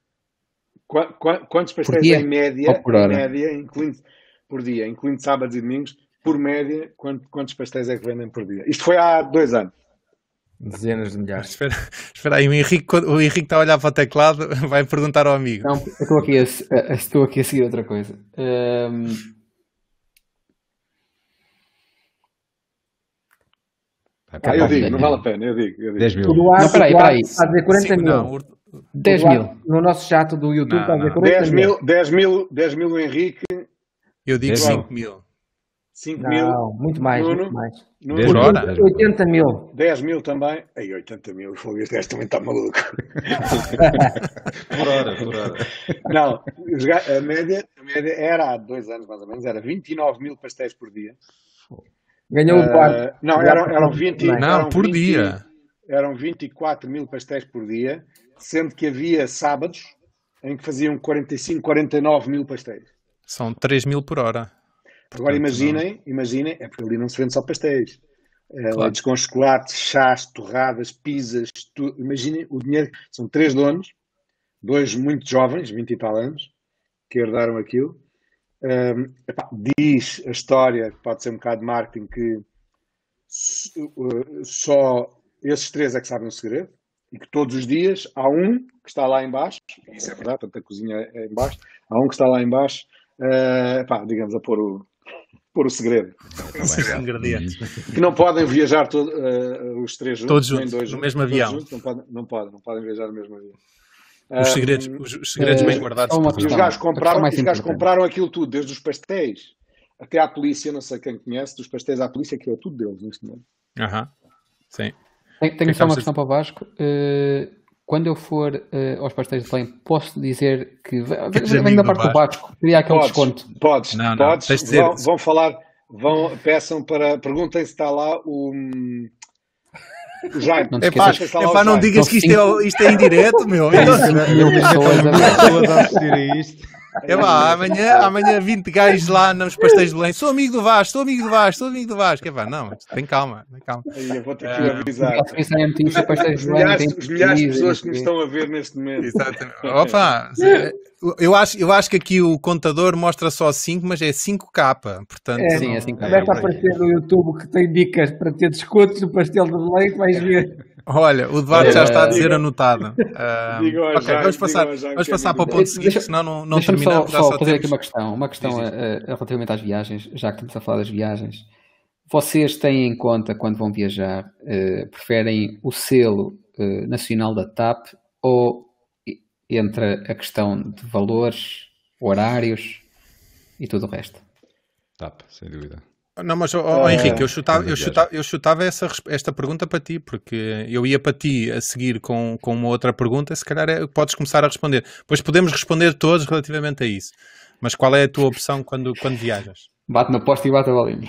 qu qu quantos pastéis em média, em média incluindo, por dia, incluindo sábados e domingos, por média, quantos, quantos pastéis é que vendem por dia? Isto foi há dois anos. Dezenas de milhares. Espera, espera aí, o Henrique, o Henrique está a olhar para o teclado, vai perguntar ao amigo. Não, estou aqui a, estou aqui a seguir outra coisa. Um, Ah, eu digo, não vale a pena, eu digo. Eu digo. dez mil. O Duarte, Não, peraí, o Duarte peraí. está a dizer quarenta Sim, mil. não, o- dez O Duarte, mil. no nosso chat do YouTube Não, está a dizer não. quarenta dez mil. mil, dez mil, dez mil o Henrique, eu digo dez mil. cinco mil. cinco mil. Não, muito mais, Nuno? muito mais. Nuno? dez Por mil, hora? dez mil. oitenta mil. dez mil também. Aí, oitenta mil. Fogo, este gajo também está maluco. Por hora, por hora. Não, os ga- a média, a média era há dois anos mais ou menos, era vinte e nove mil pastéis por dia. Ganhou o Ah, Duarte. não, O eram, Duarte eram também. vinte, Não, eram por vinte dia. Eram vinte e quatro mil pastéis por dia, sendo que havia sábados em que faziam quarenta e cinco, quarenta e nove mil pastéis. São três mil por hora. Agora Portanto, imaginem, imaginem, é porque ali não se vende só pastéis. Eh, Claro. Leites com chocolate, chás, torradas, pizzas, tu- imaginem o dinheiro. São três donos, dois muito jovens, vinte e tal anos, que herdaram aquilo. Ahm, epá, diz a história, pode ser um bocado de marketing, que s- uh, só esses três é que sabem o segredo e que todos os dias há um que está lá em baixo, isso é verdade, portanto a cozinha é em baixo, há um que está lá em baixo, eh, epá, digamos, a pôr o, pôr o segredo. Os ingredientes. Que não podem viajar todo, eh, os três juntos, Todos nem juntos, dois no juntos, mesmo todos avião. juntos, não, podem, não podem, não podem viajar no mesmo avião. Os Ah, segredos, os, os segredos eh, bem guardados só uma por E os Deus. questão. gajos A questão compraram, mais os gajos importante. compraram aquilo tudo, desde os pastéis até à polícia, não sei quem conhece, dos pastéis à polícia, aquilo é tudo deles neste momento. Aham. Sim. Tenho, tenho que só uma acabas de- questão para o Vasco. Eh, quando eu for eh, aos pastéis de Belém, posso dizer que ve- Que és venho amigo da do parte do Vasco, queria aquele Podes, desconto. podes, Não, não, podes, tens de dizer- vão, vão falar, vão, peçam para, perguntem se está lá o, o Jaime. Não te É pá, esqueças. Se está lá é o pá, não Jaime. digas que isto é, isto é indireto, meu. Tem Então, cinco mil pessoas a ver. pessoas a assistir a isto. é pá, amanhã, amanhã vinte gajos lá nos pastéis de Belém. Sou amigo do Vasco, sou amigo do Vasco, sou amigo do Vasco. É pá, não, tem calma, tem calma. Aí eu vou ter que Ah, o avisar. Já se pensar em notícia, pastéis Os de Belém, milhares, tem os milhares de pesquisa, pessoas que não nos sei o quê. estão a ver neste momento. Exatamente. Opa, eu acho, eu acho que aqui o contador mostra só cinco, mas é cinco K. Portanto, É, Sim, é cinco K. Começa a aparecer no YouTube que tem dicas para ter descontos no pastel de Belém, vais ver. olha, o Duarte já está a dizer Diga- anotado. Ah, diga ao ok, Jaime, vamos passar, diga ao Jaime vamos que é passar para o muito ponto bom. seguinte, Deixa- senão não, não Deixa-me só, terminamos. Já só só fazer aqui temos... uma questão, uma questão Diz, diz. eh, eh, relativamente às viagens, já que estamos a falar das viagens. Vocês têm em conta, quando vão viajar, eh, preferem o selo eh, nacional da T A P ou e- entra a questão de valores, horários e tudo o resto? Tap, sem dúvida. Não, mas ó, ó, Ah, Henrique, eu chutava, temos a eu chutava, eu chutava essa, resp- esta pergunta para ti, porque eu ia para ti a seguir com, com uma outra pergunta, se calhar é, podes começar a responder. Depois podemos responder todos relativamente a isso. Mas qual é a tua opção quando, quando viajas? Bate no poste e bate a bolinha.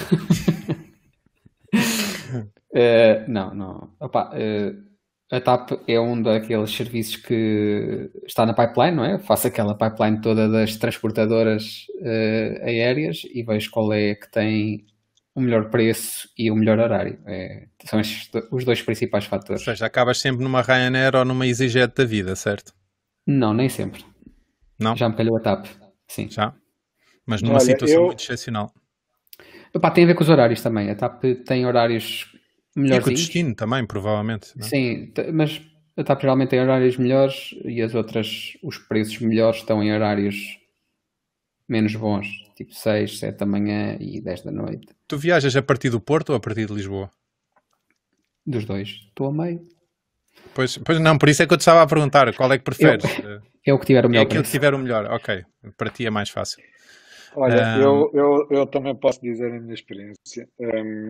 Eh, não, não. Opa, eh, a T A P é um daqueles serviços que está na pipeline, não é? Faço aquela pipeline toda das transportadoras eh, aéreas e vejo qual é que tem o melhor preço e o melhor horário. É, são estes do- os dois principais Ou fatores. seja, acabas sempre numa Ryanair ou numa EasyJet da vida, certo? Não, nem sempre. Não? Já me calhou a T A P. Sim. Já? Mas numa Olha, situação eu- muito excepcional. Epá, tem a ver com os horários também. A T A P tem horários E com o melhorzinhos. destino também, provavelmente. Não é? Sim, t- mas a T A P geralmente tem horários melhores e as outras, os preços melhores estão em horários menos bons, tipo seis, sete da manhã e dez da noite. Tu viajas a partir do Porto ou a partir de Lisboa? Dos dois, estou a meio. Pois, pois não, por isso é que eu te estava a perguntar qual é que preferes. É o que tiver o É melhor aquilo que preço. tiver o melhor, ok. Para ti é mais fácil. Olha, Ah. eu, eu, eu também posso dizer a minha experiência. Hum,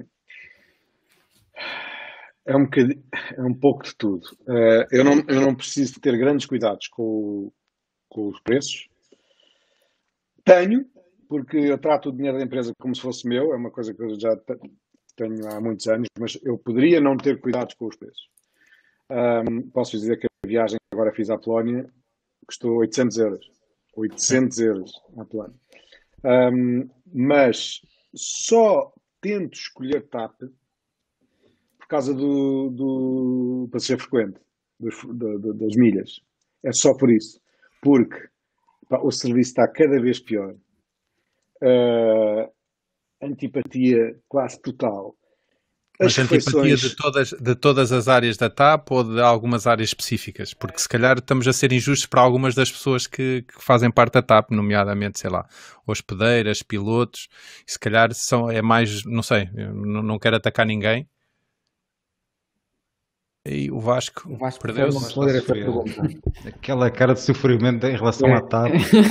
é, um bocadi- é um pouco de tudo. Eh, eu, não, eu não preciso ter grandes cuidados com, o- com os preços. Tenho, porque eu trato o dinheiro da empresa como se fosse meu, é uma coisa que eu já te- tenho há muitos anos, mas eu poderia não ter cuidados com os preços. Hum, posso dizer que a viagem que agora fiz à Polónia custou oitocentos euros. oitocentos euros à Polónia. Um, mas só tento escolher T A P por causa do, do para ser frequente dos- da- da- das milhas. É só por isso. Porque pá, o serviço está cada vez pior. Uh, antipatia quase total. As Mas antipatia refeições- de todas, de todas as áreas da T A P ou de algumas áreas específicas? Porque se calhar estamos a ser injustos para algumas das pessoas que, que fazem parte da T A P, nomeadamente, sei lá, hospedeiras, pilotos, e se calhar são, é mais, não sei, eu não, não quero atacar ninguém, E o Vasco, O Vasco perdeu-se. pode responder essa pergunta. Aquela cara de sofrimento em relação É. à TAP.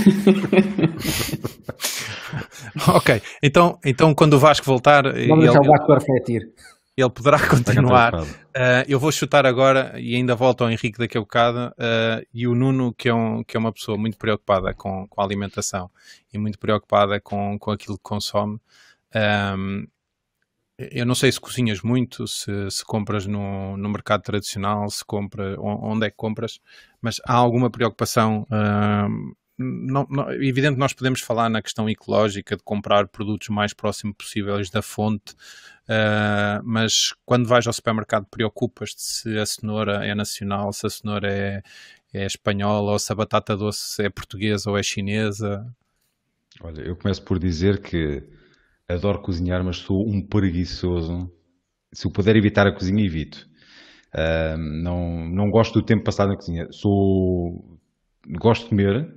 Ok, então, então quando o Vasco voltar, Vamos ele, deixar o Vasco a refletir. ele poderá continuar. Está Uh, eu vou chutar agora e ainda volto ao Henrique daqui a bocado uh, e o Nuno, que é, um, que é uma pessoa muito preocupada com, com a alimentação e muito preocupada com, com aquilo que consome. Um, eu não sei se cozinhas muito, se, se compras no, no mercado tradicional, se compra, onde é que compras, mas há alguma preocupação? Um, não, não, evidente, nós podemos falar na questão ecológica de comprar produtos mais próximos possíveis da fonte, uh, mas quando vais ao supermercado preocupas-te se a cenoura é nacional, se a cenoura é, é espanhola ou se a batata doce é portuguesa ou é chinesa? Olha, eu começo por dizer que adoro cozinhar, mas sou um preguiçoso. Se eu puder evitar a cozinha, evito. Uh, não, não gosto do tempo passado na cozinha. Sou, gosto de comer,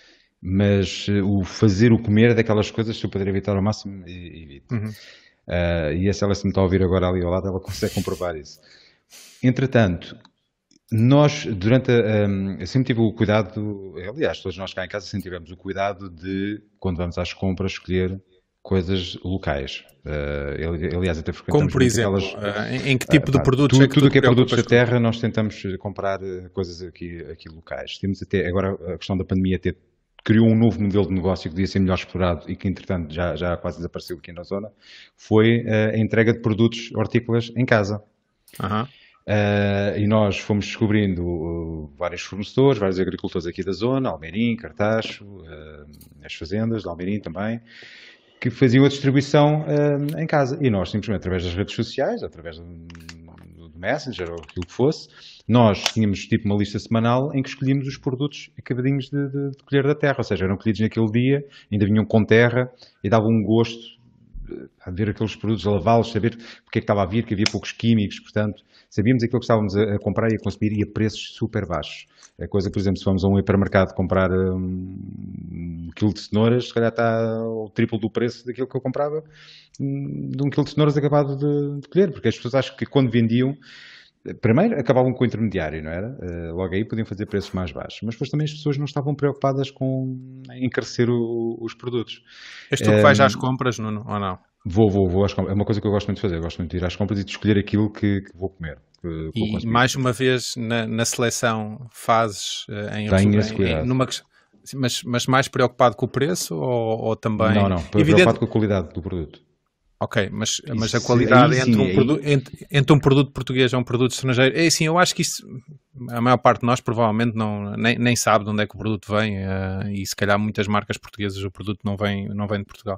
mas o fazer o comer é daquelas coisas que se eu puder evitar ao máximo, evito. Uhum. Uh, e a Célia, se me está a ouvir agora ali ao lado, ela consegue comprovar isso. Entretanto, nós, durante a, um, eu sempre tive o cuidado, aliás, todos nós cá em casa sempre tivemos o cuidado de, quando vamos às compras, escolher coisas locais. Uh, aliás, até frequentamos... Como, por exemplo, aquelas, uh, em que tipo uh, de produtos tudo, é que tudo o que é produtos da terra, nós tentamos comprar coisas aqui, aqui locais. Temos até, agora, a questão da pandemia até criou um novo modelo de negócio que devia ser melhor explorado e que, entretanto, já, já quase desapareceu aqui na zona, foi uh, a entrega de produtos hortícolas em casa. Uhum. Uh, e nós fomos descobrindo uh, vários fornecedores, vários agricultores aqui da zona, Almeirim, Cartacho, uh, as fazendas de Almeirim também, que faziam a distribuição uh, em casa. E nós, simplesmente, através das redes sociais, através do, do Messenger ou aquilo que fosse, nós tínhamos tipo uma lista semanal em que escolhíamos os produtos acabadinhos de, de, de colher da terra. Ou seja, eram colhidos naquele dia, ainda vinham com terra e dava um gosto a ver aqueles produtos, a lavá-los, saber porque é que estava a vir, que havia poucos químicos, portanto, sabíamos aquilo que estávamos a, a comprar e a consumir e a preços super baixos. A coisa, por exemplo, se vamos a um hipermercado comprar um, um quilo de cenouras, se calhar está o triplo do preço daquilo que eu comprava um, de um quilo de cenouras acabado de, de colher, porque as pessoas acham que quando vendiam, primeiro acabavam com o intermediário, não era? Uh, logo aí podiam fazer preços mais baixos, mas depois também as pessoas não estavam preocupadas com encarecer o, os produtos. És tu que vais um, às compras, Nuno, ou não? Vou, vou, vou às compras. É uma coisa que eu gosto muito de fazer, eu gosto muito de ir às compras e de escolher aquilo que, que vou comer. Que, que e vou mais uma vez, na, na seleção, fazes uh, em, Tenho em, esse cuidado. Em, numa, mas, mas mais preocupado com o preço ou, ou também... Não, não, Evidente... preocupado com a qualidade do produto. Ok, mas, Isso, mas a qualidade sim, entre, um aí... produ entre, entre um produto português e um produto estrangeiro, é assim, eu acho que isso, a maior parte de nós provavelmente não, nem, nem sabe de onde é que o produto vem, uh, e se calhar muitas marcas portuguesas o produto não vem, não vem de Portugal.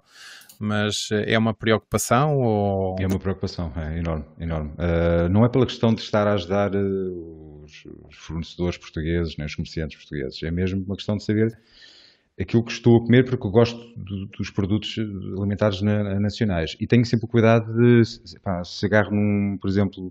Mas uh, é uma preocupação ou... É uma preocupação, é enorme, enorme. Uh, não é pela questão de estar a ajudar uh, os, os fornecedores portugueses, nem os comerciantes portugueses, é mesmo uma questão de saber aquilo que estou a comer, porque eu gosto do, dos produtos alimentares na, nacionais. E tenho sempre o cuidado de, pá, se agarro, num, por exemplo,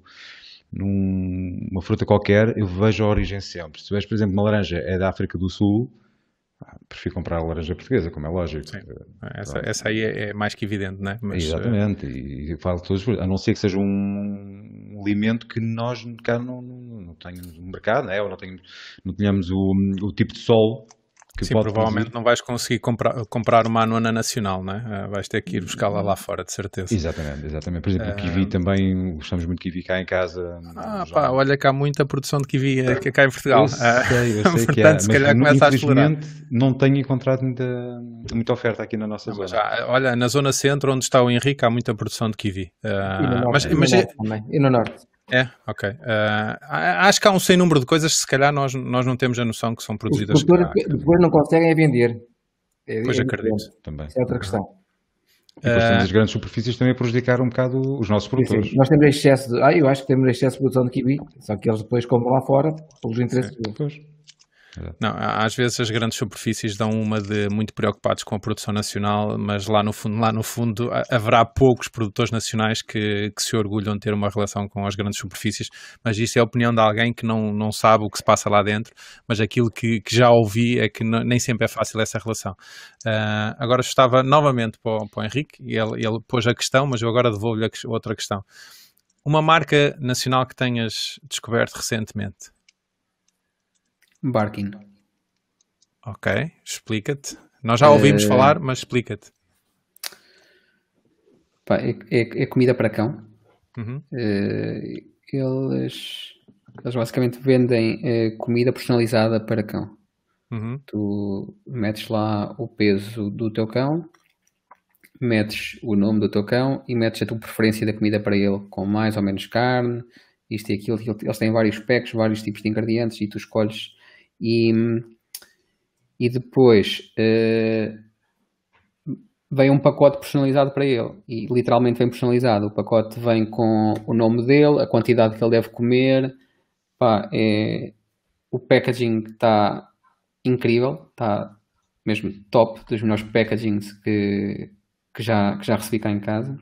numa fruta qualquer, eu vejo a origem sempre. Se vejo, por exemplo, uma laranja é da África do Sul, pá, prefiro comprar a laranja portuguesa, como é lógico. Sim. Essa, essa aí é, é mais que evidente, não é? Mas, exatamente. E, e falo de todos os produtos. A não ser que seja um, um alimento que nós cá não, não, não tenhamos no mercado, não é? Ou não, tenhamos, não tenhamos o, o tipo de solo. Que sim, provavelmente produzir. Não vais conseguir comprar, comprar uma anona nacional, não é? Vais ter que ir buscá-la lá fora, de certeza. Exatamente, exatamente. Por exemplo, uh... o kiwi também, gostamos muito de kiwi cá em casa. Ah, pá, já... olha que há muita produção de kiwi aqui cá em Portugal. Eu sei, eu sei Portanto, que há, se calhar mas começa a explorar. Não tenho encontrado muita, muita oferta aqui na nossa não, zona. Já, olha, na zona centro, onde está o Henrique, há muita produção de kiwi. Uh, e no norte, mas, e no mas norte é... também. E no norte. É, ok. Uh, acho que há um sem número de coisas que se calhar nós, nós não temos a noção que são produzidas. Os produtores depois não conseguem vender. É, pois é acredito. Também. É outra questão. E depois temos as grandes superfícies também a prejudicar um bocado os nossos produtores. Sim, sim. Nós temos excesso de... Ah, eu acho que temos excesso de produção de kiwi, só que eles depois compram lá fora pelos interesses deles. Não, às vezes as grandes superfícies dão uma de muito preocupados com a produção nacional, mas lá no fundo, lá no fundo haverá poucos produtores nacionais que, que se orgulham de ter uma relação com as grandes superfícies, mas isso é a opinião de alguém que não, não sabe o que se passa lá dentro, mas aquilo que, que já ouvi é que não, nem sempre é fácil essa relação. Uh, agora estava novamente para o, para o Henrique, e ele, ele pôs a questão, mas eu agora devolvo-lhe outra questão. uma marca nacional que tenhas descoberto recentemente. Barkin. Ok, explica-te. Nós já ouvimos uh, falar, mas explica-te. Pá, é, é, é comida para cão. Uhum. Uh, eles, eles basicamente vendem uh, comida personalizada para cão. Uhum. Tu metes lá o peso do teu cão, metes o nome do teu cão e metes a tua preferência da comida para ele, com mais ou menos carne, isto e aquilo. Eles têm vários packs, vários tipos de ingredientes e tu escolhes. E, e depois uh, vem um pacote personalizado para ele. E literalmente vem personalizado. O pacote vem com o nome dele, a quantidade que ele deve comer. Pá, é, o packaging está incrível. Está mesmo top, dos melhores packagings que, que, já, que já recebi cá em casa.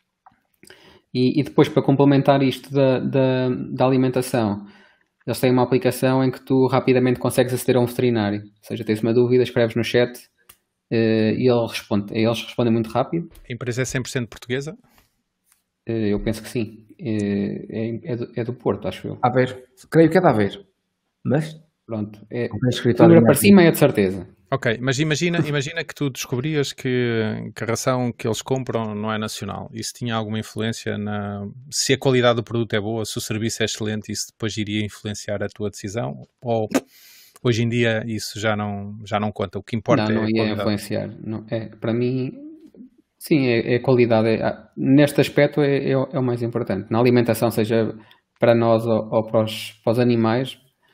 E, e depois, para complementar isto da, da, da alimentação, eles têm uma aplicação em que tu rapidamente consegues aceder a um veterinário. Ou seja, tens uma dúvida, escreves no chat uh, e ele responde. Eles respondem muito rápido. A empresa é cem por cento portuguesa? Uh, eu penso que sim. Uh, é, é, do, é do Porto, acho eu. Aveiro. Creio que é de Aveiro. Mas... Pronto. É, número para cima é de certeza. Ok, mas imagina, imagina que tu descobrias que, que a ração que eles compram não é nacional. Isso tinha alguma influência na... Se a qualidade do produto é boa, se o serviço é excelente, isso depois iria influenciar a tua decisão? Ou hoje em dia isso já não, já não conta? O que importa não, é não a ia qualidade. influenciar. Não, é, para mim, sim, é, é a qualidade. É, neste aspecto é, é, é o mais importante. Na alimentação, seja para nós ou, ou para, os, para os animais,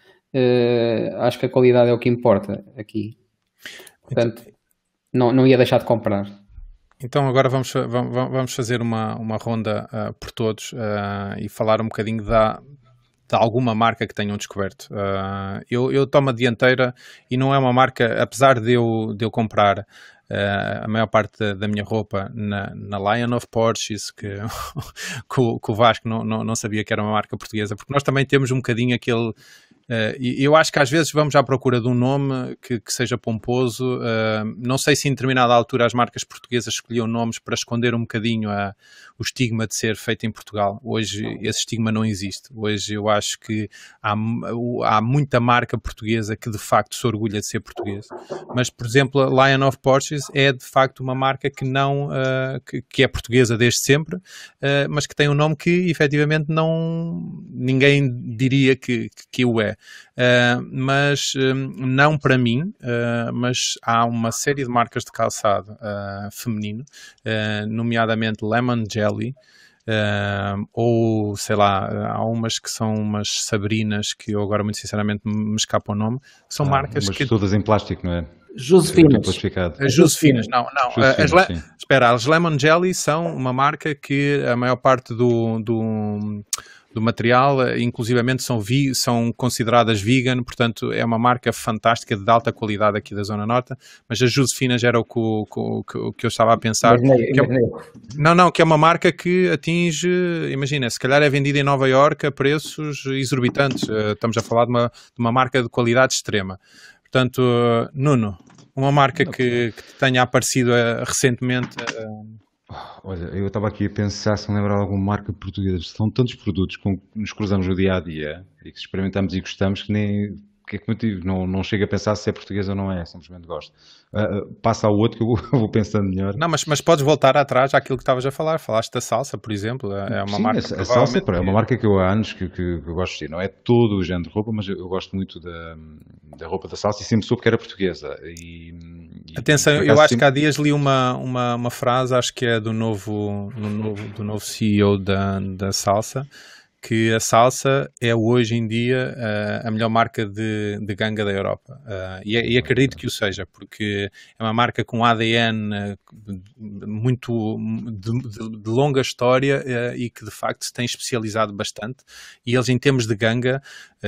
uh, acho que a qualidade é o que importa aqui. Portanto, então, não, não ia deixar de comprar. Então agora vamos, vamos fazer uma, uma ronda uh, por todos uh, e falar um bocadinho da, de alguma marca que tenham descoberto. Uh, eu, eu tomo a dianteira e não é uma marca, apesar de eu, de eu comprar uh, a maior parte da, da minha roupa na, na Lion of Porches, que, que, o, que o Vasco não, não, não sabia que era uma marca portuguesa, porque nós também temos um bocadinho aquele... Uh, eu acho que às vezes vamos à procura de um nome que, que seja pomposo. Uh, não sei se em determinada altura as marcas portuguesas escolhiam nomes para esconder um bocadinho a, o estigma de ser feito em Portugal. Hoje esse estigma não existe. Hoje eu acho que há, há muita marca portuguesa que de facto se orgulha de ser portuguesa. Mas, por exemplo, a Lion of Porches é de facto uma marca que, não, uh, que, que é portuguesa desde sempre, uh, mas que tem um nome que efetivamente não, ninguém diria que, que o é. Uh, mas um, não para mim, uh, mas há uma série de marcas de calçado uh, feminino, uh, nomeadamente Lemon Jelly, uh, ou sei lá, há umas que são umas Sabrinas, que eu agora muito sinceramente me escapa o nome, são ah, marcas mas que... todas em plástico, não é? Josefinas. As Josefinas, não, não. Josefinas, as Le... Espera, as Lemon Jelly são uma marca que a maior parte do... do do material, inclusivamente são, vi, são consideradas vegan, portanto é uma marca fantástica de alta qualidade aqui da Zona Norte, mas a Josefinas era o que, o, que, que eu estava a pensar. Imaginei, que é, imaginei. não, não, que é uma marca que atinge, imagina, se calhar é vendida em Nova Iorque a preços exorbitantes, estamos a falar de uma, de uma marca de qualidade extrema. Portanto, Nuno, uma marca que, que tenha aparecido uh, recentemente... Uh, Olha, eu estava aqui a pensar se me lembrar de alguma marca portuguesa. São tantos produtos com que nos cruzamos no dia a dia e que experimentamos e gostamos que nem. Que é que eu digo, não, não chego a pensar se é portuguesa ou não é, simplesmente gosto. Uh, uh, passa ao outro que eu vou, eu vou pensando melhor. Não, mas, mas podes voltar atrás àquilo que estavas a falar. Falaste da salsa, por exemplo. É uma Sim, marca. A, a salsa é uma marca que eu há anos que, que, que eu gosto de ter. Não é todo o género de roupa, mas eu, eu gosto muito da, da roupa da salsa e sempre soube que era portuguesa. E, e, Atenção, e, eu acho sempre... que há dias li uma, uma, uma frase, acho que é do novo, do novo, do novo C E O da, da salsa, que a salsa é hoje em dia uh, a melhor marca de, de ganga da Europa. Uh, e, e acredito que o seja, porque é uma marca com A D N uh, muito de, de, de longa história uh, e que de facto se tem especializado bastante. E eles, em termos de ganga,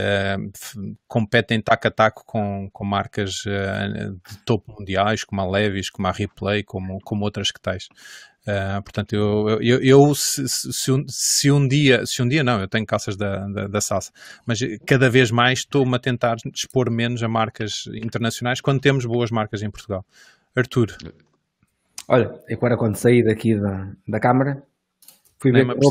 uh, competem taco a taco com, com marcas uh, de topo mundiais, como a Levi's, como a Replay, como, como outras que tais. Uh, portanto, eu, eu, eu se, se, um, se um dia, se um dia não, eu tenho calças da, da, da salsa, mas cada vez mais estou-me a tentar expor menos a marcas internacionais quando temos boas marcas em Portugal. Artur. Olha, agora quando saí daqui da, da Câmara, fui ver, que roupa,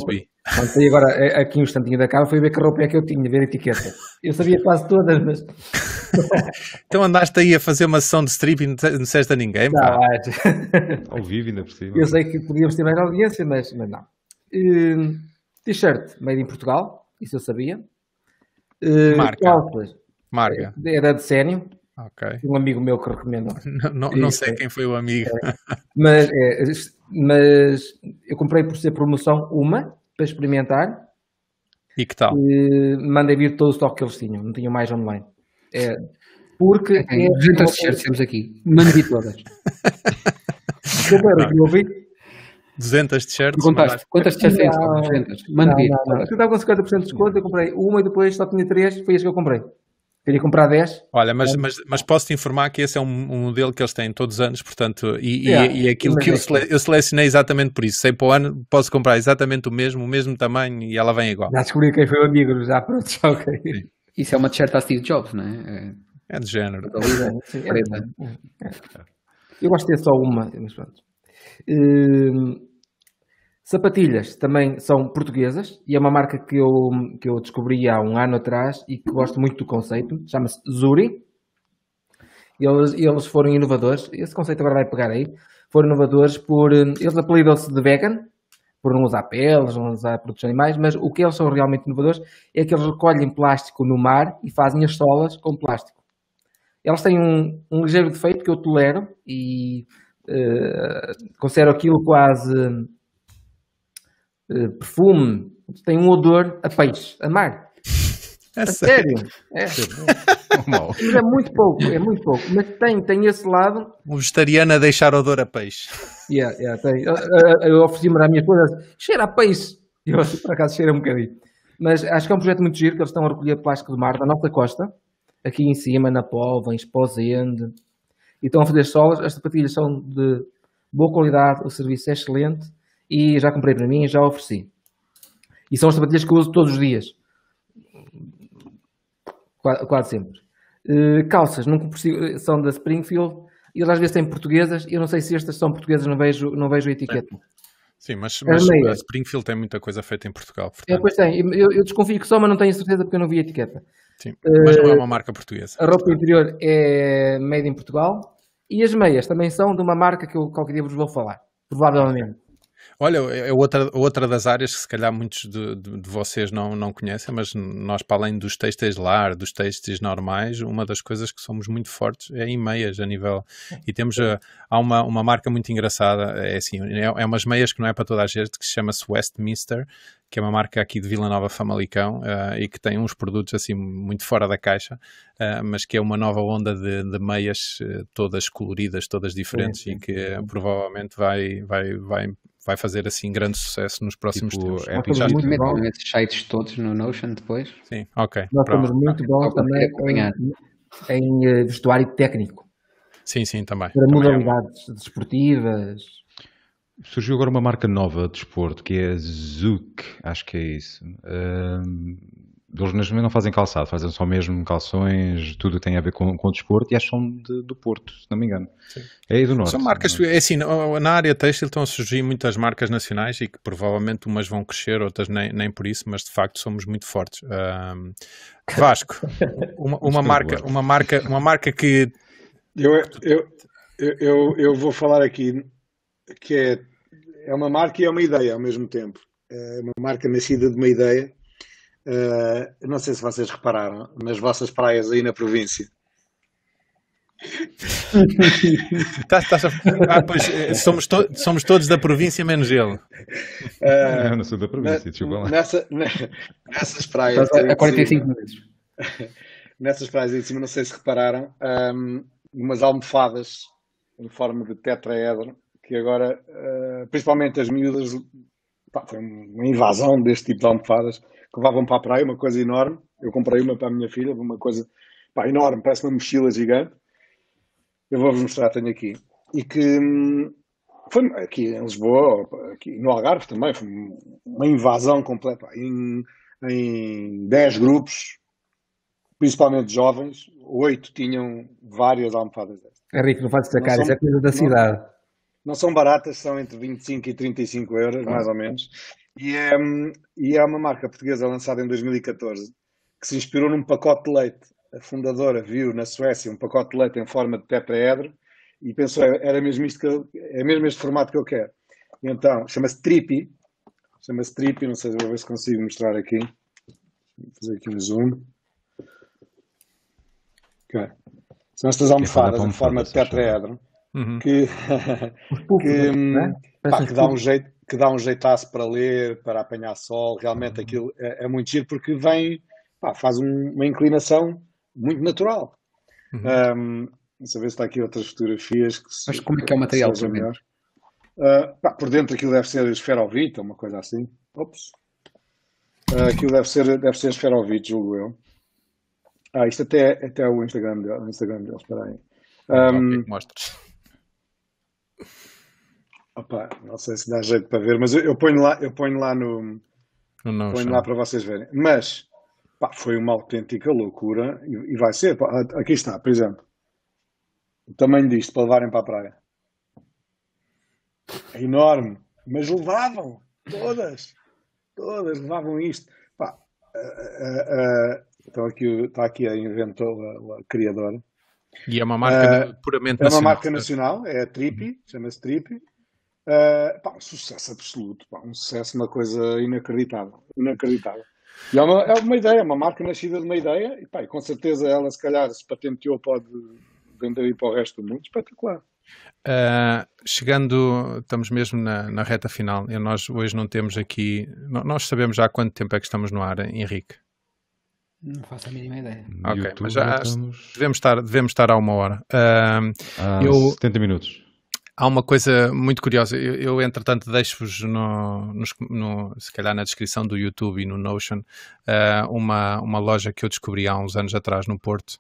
Quando saí agora aqui um instantinho da cama, fui ver que roupa é que eu tinha, ver a etiqueta. Eu sabia quase todas, mas... Então andaste aí a fazer uma sessão de strip e não disseste a ninguém, não, pá. mas... Ao vivo ainda por cima. Eu sei que podíamos ter mais audiência, mas, mas não. Uh, T-shirt made in Portugal, isso eu sabia. Uh, Marca. Calças, Marca. é da Decénio. Ok. Um amigo meu que recomendou. Não, não, não sei quem foi o amigo. É, mas, é, mas eu comprei por ser promoção uma, para experimentar. E que tal? E mandei vir todo o estoque que eles tinham, não tinham mais online. É, porque... Okay. É, duzentas t-shirts temos aqui. Mande vir todas. Como era que eu ouvi? duzentas t-shirts? Perguntaste, quantas t-shirts têm? duzentas. Mande vir. Não, não. Eu estava com cinquenta por cento de desconto, eu comprei uma e depois só tinha três, foi as que eu comprei. Queria comprar dez. Olha, mas, mas, mas posso-te informar que esse é um, um modelo que eles têm todos os anos, portanto, e, Yeah, e, e aquilo que eu, sele, eu selecionei exatamente por isso. Sei para o ano, posso comprar exatamente o mesmo, o mesmo tamanho e ela vem igual. Já descobri quem foi o amigo, já pronto, já ok. Sim. Isso é uma t-shirt a Steve Jobs, não é? É, é de género. Sim, é, é. Eu gosto de ter só uma, mas pronto. Uh, sapatilhas também são portuguesas e é uma marca que eu, que eu descobri há um ano atrás e que gosto muito do conceito. Chama-se Zuri. Eles, eles foram inovadores. Esse conceito agora vai pegar aí. Foram inovadores por... Eles apelidam-se de vegan, por não usar peles, não usar produtos animais, mas o que eles são realmente inovadores é que eles recolhem plástico no mar e fazem as solas com plástico. Eles têm um, um ligeiro defeito que eu tolero e uh, considero aquilo quase... Uh, perfume, tem um odor a peixe, a mar. É a sério? sério. É. Mas é muito pouco, é muito pouco. Mas tem, tem esse lado. Um vegetariano a deixar odor a peixe. Yeah, yeah, tem. Eu, eu, eu ofereci-me à minha esposa, cheira a peixe. E eu, por acaso, cheira um bocadinho. Mas acho que é um projeto muito giro, que eles estão a recolher plástico do mar da nossa costa, aqui em cima, na Póvoa, em Esposende, e estão a fazer solas. As sapatilhas são de boa qualidade, o serviço é excelente. E já comprei para mim e já ofereci. E são as sapatilhas que eu uso todos os dias. Quase, quase sempre. Uh, calças, nunca persigo, são da Springfield. E eles às vezes têm portuguesas. Eu não sei se estas são portuguesas, não vejo, não vejo a etiqueta. Sim, mas, mas a Springfield tem muita coisa feita em Portugal. É, pois tem. Eu, eu desconfio que só, mas não tenho certeza porque eu não vi a etiqueta. Sim, mas uh, não é uma marca portuguesa. A roupa interior é made in Portugal. E as meias também são de uma marca que eu qualquer dia vos vou falar. Provavelmente. Olha, é outra, outra das áreas que se calhar muitos de, de, de vocês não, não conhecem, mas nós, para além dos têxteis lar, dos têxteis normais, uma das coisas que somos muito fortes é em meias a nível... E temos, a, há uma, uma marca muito engraçada, é assim, é, é umas meias que não é para toda a gente, que se chama-se Westminster, que é uma marca aqui de Vila Nova Famalicão uh, e que tem uns produtos assim muito fora da caixa, uh, mas que é uma nova onda de, de meias uh, todas coloridas, todas diferentes sim, sim, e que uh, provavelmente vai, vai, vai, vai fazer assim grande sucesso nos próximos tipo, tempos. É, já metem esses sites todos no Notion depois. Sim, ok. Nós estamos muito bons também em, em vestuário técnico. Sim, sim, também. Para também modalidades é. desportivas. Surgiu agora uma marca nova de desporto, que é a Zouk, acho que é isso. Uh, eles mesmo não fazem calçado, fazem só mesmo calções, tudo que tem a ver com, com o desporto, e acho que são de, do Porto, se não me engano. Sim. É aí do Norte. São marcas, é assim, na área têxtil estão a surgir muitas marcas nacionais e que provavelmente umas vão crescer, outras nem, nem por isso, mas de facto somos muito fortes. Uh, Vasco, uma, uma, marca, uma, marca, uma marca que... Eu, eu, eu, eu vou falar aqui... que é, é uma marca e é uma ideia ao mesmo tempo. É uma marca nascida de uma ideia. Uh, não sei se vocês repararam, nas vossas praias aí na província. tá, tá, ah, pois, somos, to somos todos da província, menos ele. Uh, eu não sou da província, desculpa lá. Nessa, nessas praias... A quarenta e cinco minutos. Nessas praias aí de cima, não sei se repararam, um, umas almofadas em forma de tetraedro, que agora, uh, principalmente as miúdas, pá, foi uma invasão deste tipo de almofadas que levavam para a praia, uma coisa enorme. Eu comprei uma para a minha filha, uma coisa pá, enorme, parece uma mochila gigante. Eu vou-vos mostrar, tenho aqui. E que hum, foi aqui em Lisboa, aqui no Algarve também, foi uma invasão completa. Pá, em, em dez grupos, principalmente jovens, oito tinham várias almofadas destas. Henrique, não fazes sacar, isso é coisa da cidade. Não são baratas, são entre vinte e cinco e trinta e cinco euros, mais ou menos. E é, e é uma marca portuguesa lançada em dois mil e catorze que se inspirou num pacote de leite. A fundadora viu na Suécia um pacote de leite em forma de tetraedro e pensou, era mesmo isto que eu, é mesmo este formato que eu quero. E então, chama-se Trippy. Chama-se Trippy, não sei, vou ver se consigo mostrar aqui. Vou fazer aqui um zoom. Okay. São estas almofadas em forma de tetraedro uhum. que, que, né? pá, que, dá um jeito, que dá um jeitaço para ler, para apanhar sol. Realmente uhum. aquilo é, é muito giro porque vem, pá, faz um, uma inclinação muito natural. Uhum. Um, não sei ver se está aqui outras fotografias. Que Mas se, como é que é o material por dentro? Uh, pá, por dentro aquilo deve ser esferovite, uma coisa assim. Ops. Uh, aquilo deve ser, deve ser esferovite, julgo eu. Ah, isto até, até é o Instagram deles, o Instagram deles, espera aí. Um, Mostres. Opa, não sei se dá jeito para ver, mas eu, eu ponho lá, eu ponho lá no, no ponho lá para vocês verem. Mas, pá, foi uma autêntica loucura e, e vai ser. Pá, aqui está, por exemplo, o tamanho disto para levarem para a praia. É enorme, mas levavam, todas, todas levavam isto. Pá, uh, uh, uh, Então aqui, está aqui a inventora, a criadora. E é uma marca uh, puramente é nacional. É uma marca nacional, é a Trippy, uhum. chama-se Trippy. Uh, pá, um sucesso absoluto, pá, um sucesso, uma coisa inacreditável. Inacreditável. E é uma, é uma ideia, uma marca nascida de uma ideia, e, pá, e com certeza ela, se calhar, se patenteou, pode vender aí para o resto do mundo. Espetacular. Uh, chegando, estamos mesmo na, na reta final. E nós hoje não temos aqui. Nós sabemos já há quanto tempo é que estamos no ar, Henrique? Não faço a mínima ideia. Ok, YouTube, mas já estamos... devemos, estar, devemos estar há uma hora. Uh, ah, eu, setenta minutos. Há uma coisa muito curiosa. Eu, eu entretanto, deixo-vos, no, no, no, se calhar na descrição do YouTube e no Notion, uh, uma, uma loja que eu descobri há uns anos atrás no Porto,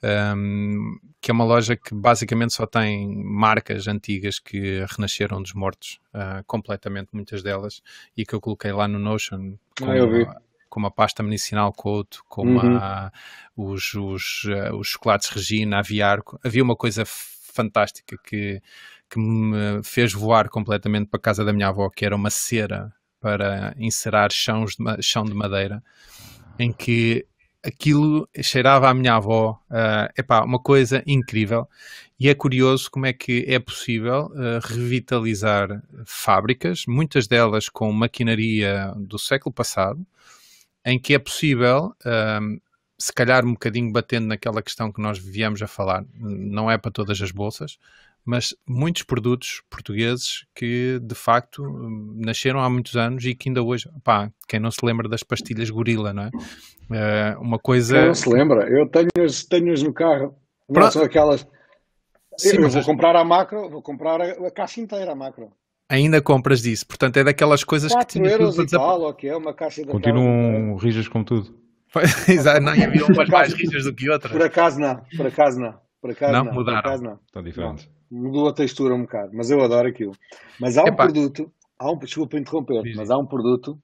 um, que é uma loja que basicamente só tem marcas antigas que renasceram dos mortos, uh, completamente, muitas delas, e que eu coloquei lá no Notion. Com, ah, eu vi. Como a pasta medicinal Couto, como uhum. a, os, os, uh, os chocolates Regina, a Viarco. Havia uma coisa fantástica que, que me fez voar completamente para a casa da minha avó, que era uma cera para encerar chãos de, chão de madeira, em que aquilo cheirava à minha avó. Uh, epá, uma coisa incrível. E é curioso como é que é possível uh, revitalizar fábricas, muitas delas com maquinaria do século passado, em que é possível, um, se calhar um bocadinho batendo naquela questão que nós viemos a falar, não é para todas as bolsas, mas muitos produtos portugueses que, de facto, nasceram há muitos anos e que ainda hoje, pá, quem não se lembra das pastilhas Gorila, não é? Uh, uma coisa... Quem não se lembra? Eu tenho-as tenho no carro. Não são aquelas... Sim, eu vou as... comprar a macro, vou comprar a, a caixa inteira, a macro. Ainda compras disso, portanto é daquelas coisas que tinha euros tudo e tal, ok, é uma caixa de continuam rijas como tudo. Exato, não havia umas mais rijas do que outras. Por acaso não, por acaso não, por acaso não, não, mudaram. Por acaso não. Está diferente. Não. Mudou a textura um bocado, mas eu adoro aquilo. Mas há um Epá. produto, há um, desculpa interromper, Sim. mas há um produto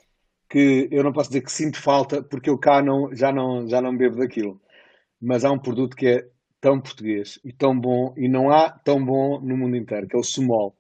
que eu não posso dizer que sinto falta porque eu cá não, já, não, já não bebo daquilo, mas há um produto que é tão português e tão bom e não há tão bom no mundo inteiro, que é o Sumol.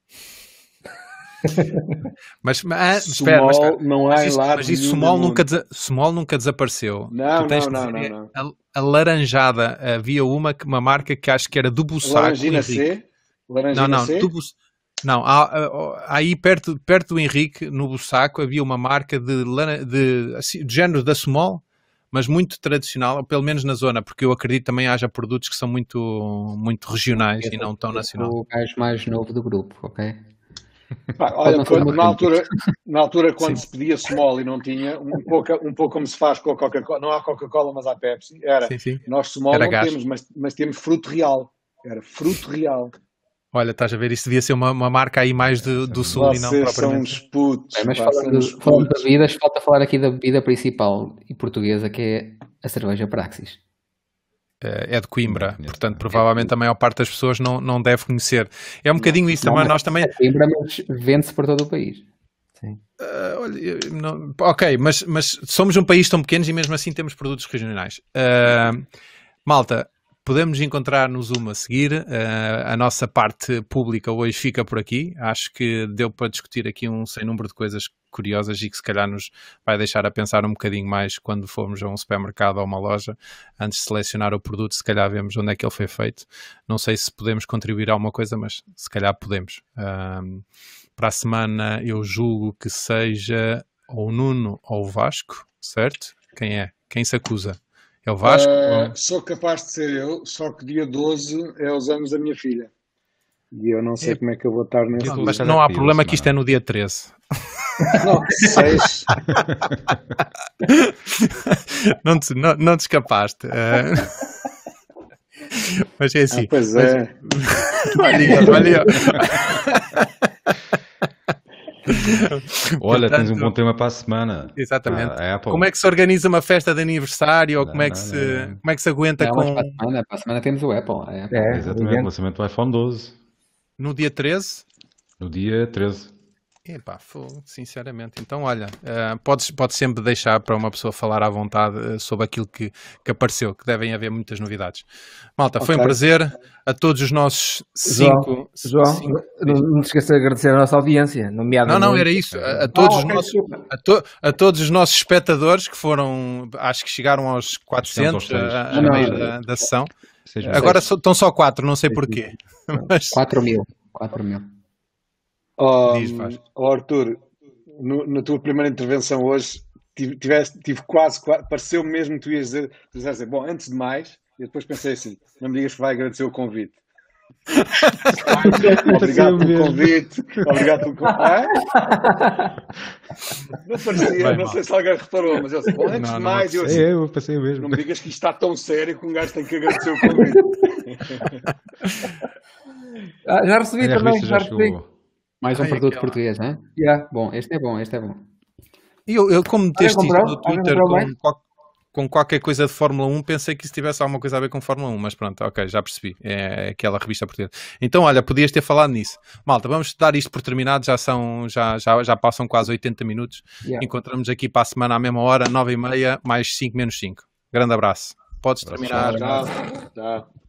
mas, mas espera, mas, não há mas isso, lá mas isso Sumol nunca, Sumol nunca desapareceu. Não, não, não, não, não. A, a laranjada, havia uma, uma marca que acho que era do Bussaco. Laranjina C? Laranjina não, não, C? Do Bus... não há, há, aí perto, perto do Henrique, no Bussaco, havia uma marca de, de, assim, de género da Sumol, mas muito tradicional, pelo menos na zona, porque eu acredito também haja produtos que são muito, muito regionais eu e não tão nacionais. O gajo mais novo do grupo, ok? Pá, olha, quando, na, altura, na altura quando sim. se pedia Small e não tinha, um pouco, um pouco como se faz com a Coca-Cola, não há Coca-Cola, mas há Pepsi, era, sim, sim. nós Small era não gás. temos, mas, mas temos fruto real, era fruto real. Olha, estás a ver, isso devia ser uma, uma marca aí mais do, do sul Vocês e não propriamente. São uns putos, é, mas pá, falando, uns falando putos. de bebidas, falta falar aqui da bebida principal e portuguesa, que é a cerveja Praxis. É de Coimbra, portanto, provavelmente a maior parte das pessoas não, não deve conhecer. É um bocadinho isso também, nós também... É Coimbra, mas vende-se por todo o país. Sim. Uh, olha, não... Ok, mas, mas somos um país tão pequeno e mesmo assim temos produtos regionais. Uh, malta, podemos encontrar no Zoom a seguir. Uh, a nossa parte pública hoje fica por aqui. Acho que deu para discutir aqui um sem número de coisas curiosas e que se calhar nos vai deixar a pensar um bocadinho mais quando formos a um supermercado ou uma loja, antes de selecionar o produto, se calhar vemos onde é que ele foi feito. Não sei se podemos contribuir a alguma coisa, mas se calhar podemos. Um, para a semana eu julgo que seja ou o Nuno ou o Vasco, certo? Quem é? Quem se acusa? É o Vasco? Uh, ou... Sou capaz de ser eu, só que dia doze é os anos da minha filha. E eu não sei é. como é que eu vou estar nesse dia. Mas não há problema que isto é no dia treze. Não, seis. não, te, não, não te escapaste. Uh... Mas é assim. Ah, pois é. Mas... Olha, Olha, tens um bom tema para a semana. Exatamente. Ah, como é que se organiza uma festa de aniversário ou não, como, é que não, se, não. como é que se aguenta não, com... Para a, semana, para a semana temos o Apple. É, é exatamente, o lançamento do iPhone doze. No dia treze? No dia treze. Epá, sinceramente. Então, olha, uh, podes, podes sempre deixar para uma pessoa falar à vontade uh, sobre aquilo que, que apareceu, que devem haver muitas novidades. Malta, okay. Foi um prazer a todos os nossos cinco... João, cinco... João não, não te esqueças de agradecer a nossa audiência. Nomeadamente... Não, não, era isso. A, a, todos, ah, os okay, nossos, a, to, a todos os nossos espectadores, que foram, acho que chegaram aos quatrocentos a, a, a meio da, da sessão. Agora so, estão só quatro, não sei porquê. Mas... quatro mil. quatro mil. Oh, oh Arthur, no, na tua primeira intervenção hoje tive, tiveste, tive quase, quase pareceu mesmo que tu ias dizer, tu ias dizer, bom, antes de mais, e depois pensei assim, não me digas que vai agradecer o convite. Obrigado pelo mesmo. convite, obrigado pelo convite. Não parecia, vai, não mal. sei se alguém reparou, mas eu disse, bom, antes não, de não mais, eu, assim, eu passei mesmo. Não me digas que isto está tão sério que um gajo tem que agradecer o convite. ah, já recebi Olha, também, já, já recebi. Mais um Ai, produto aquela... português, não é? Yeah. Bom, este é bom, este é bom. E eu, eu como meteste isto no Twitter com, com, com qualquer coisa de Fórmula um, pensei que isso tivesse alguma coisa a ver com Fórmula um, mas pronto, ok, já percebi. É aquela revista portuguesa. Então, olha, podias ter falado nisso. Malta, vamos dar isto por terminado, já são, já, já, já passam quase oitenta minutos. Yeah. Encontramos aqui para a semana à mesma hora, nove e meia, mais cinco menos cinco. Grande abraço. Podes terminar. Tchau, tchau.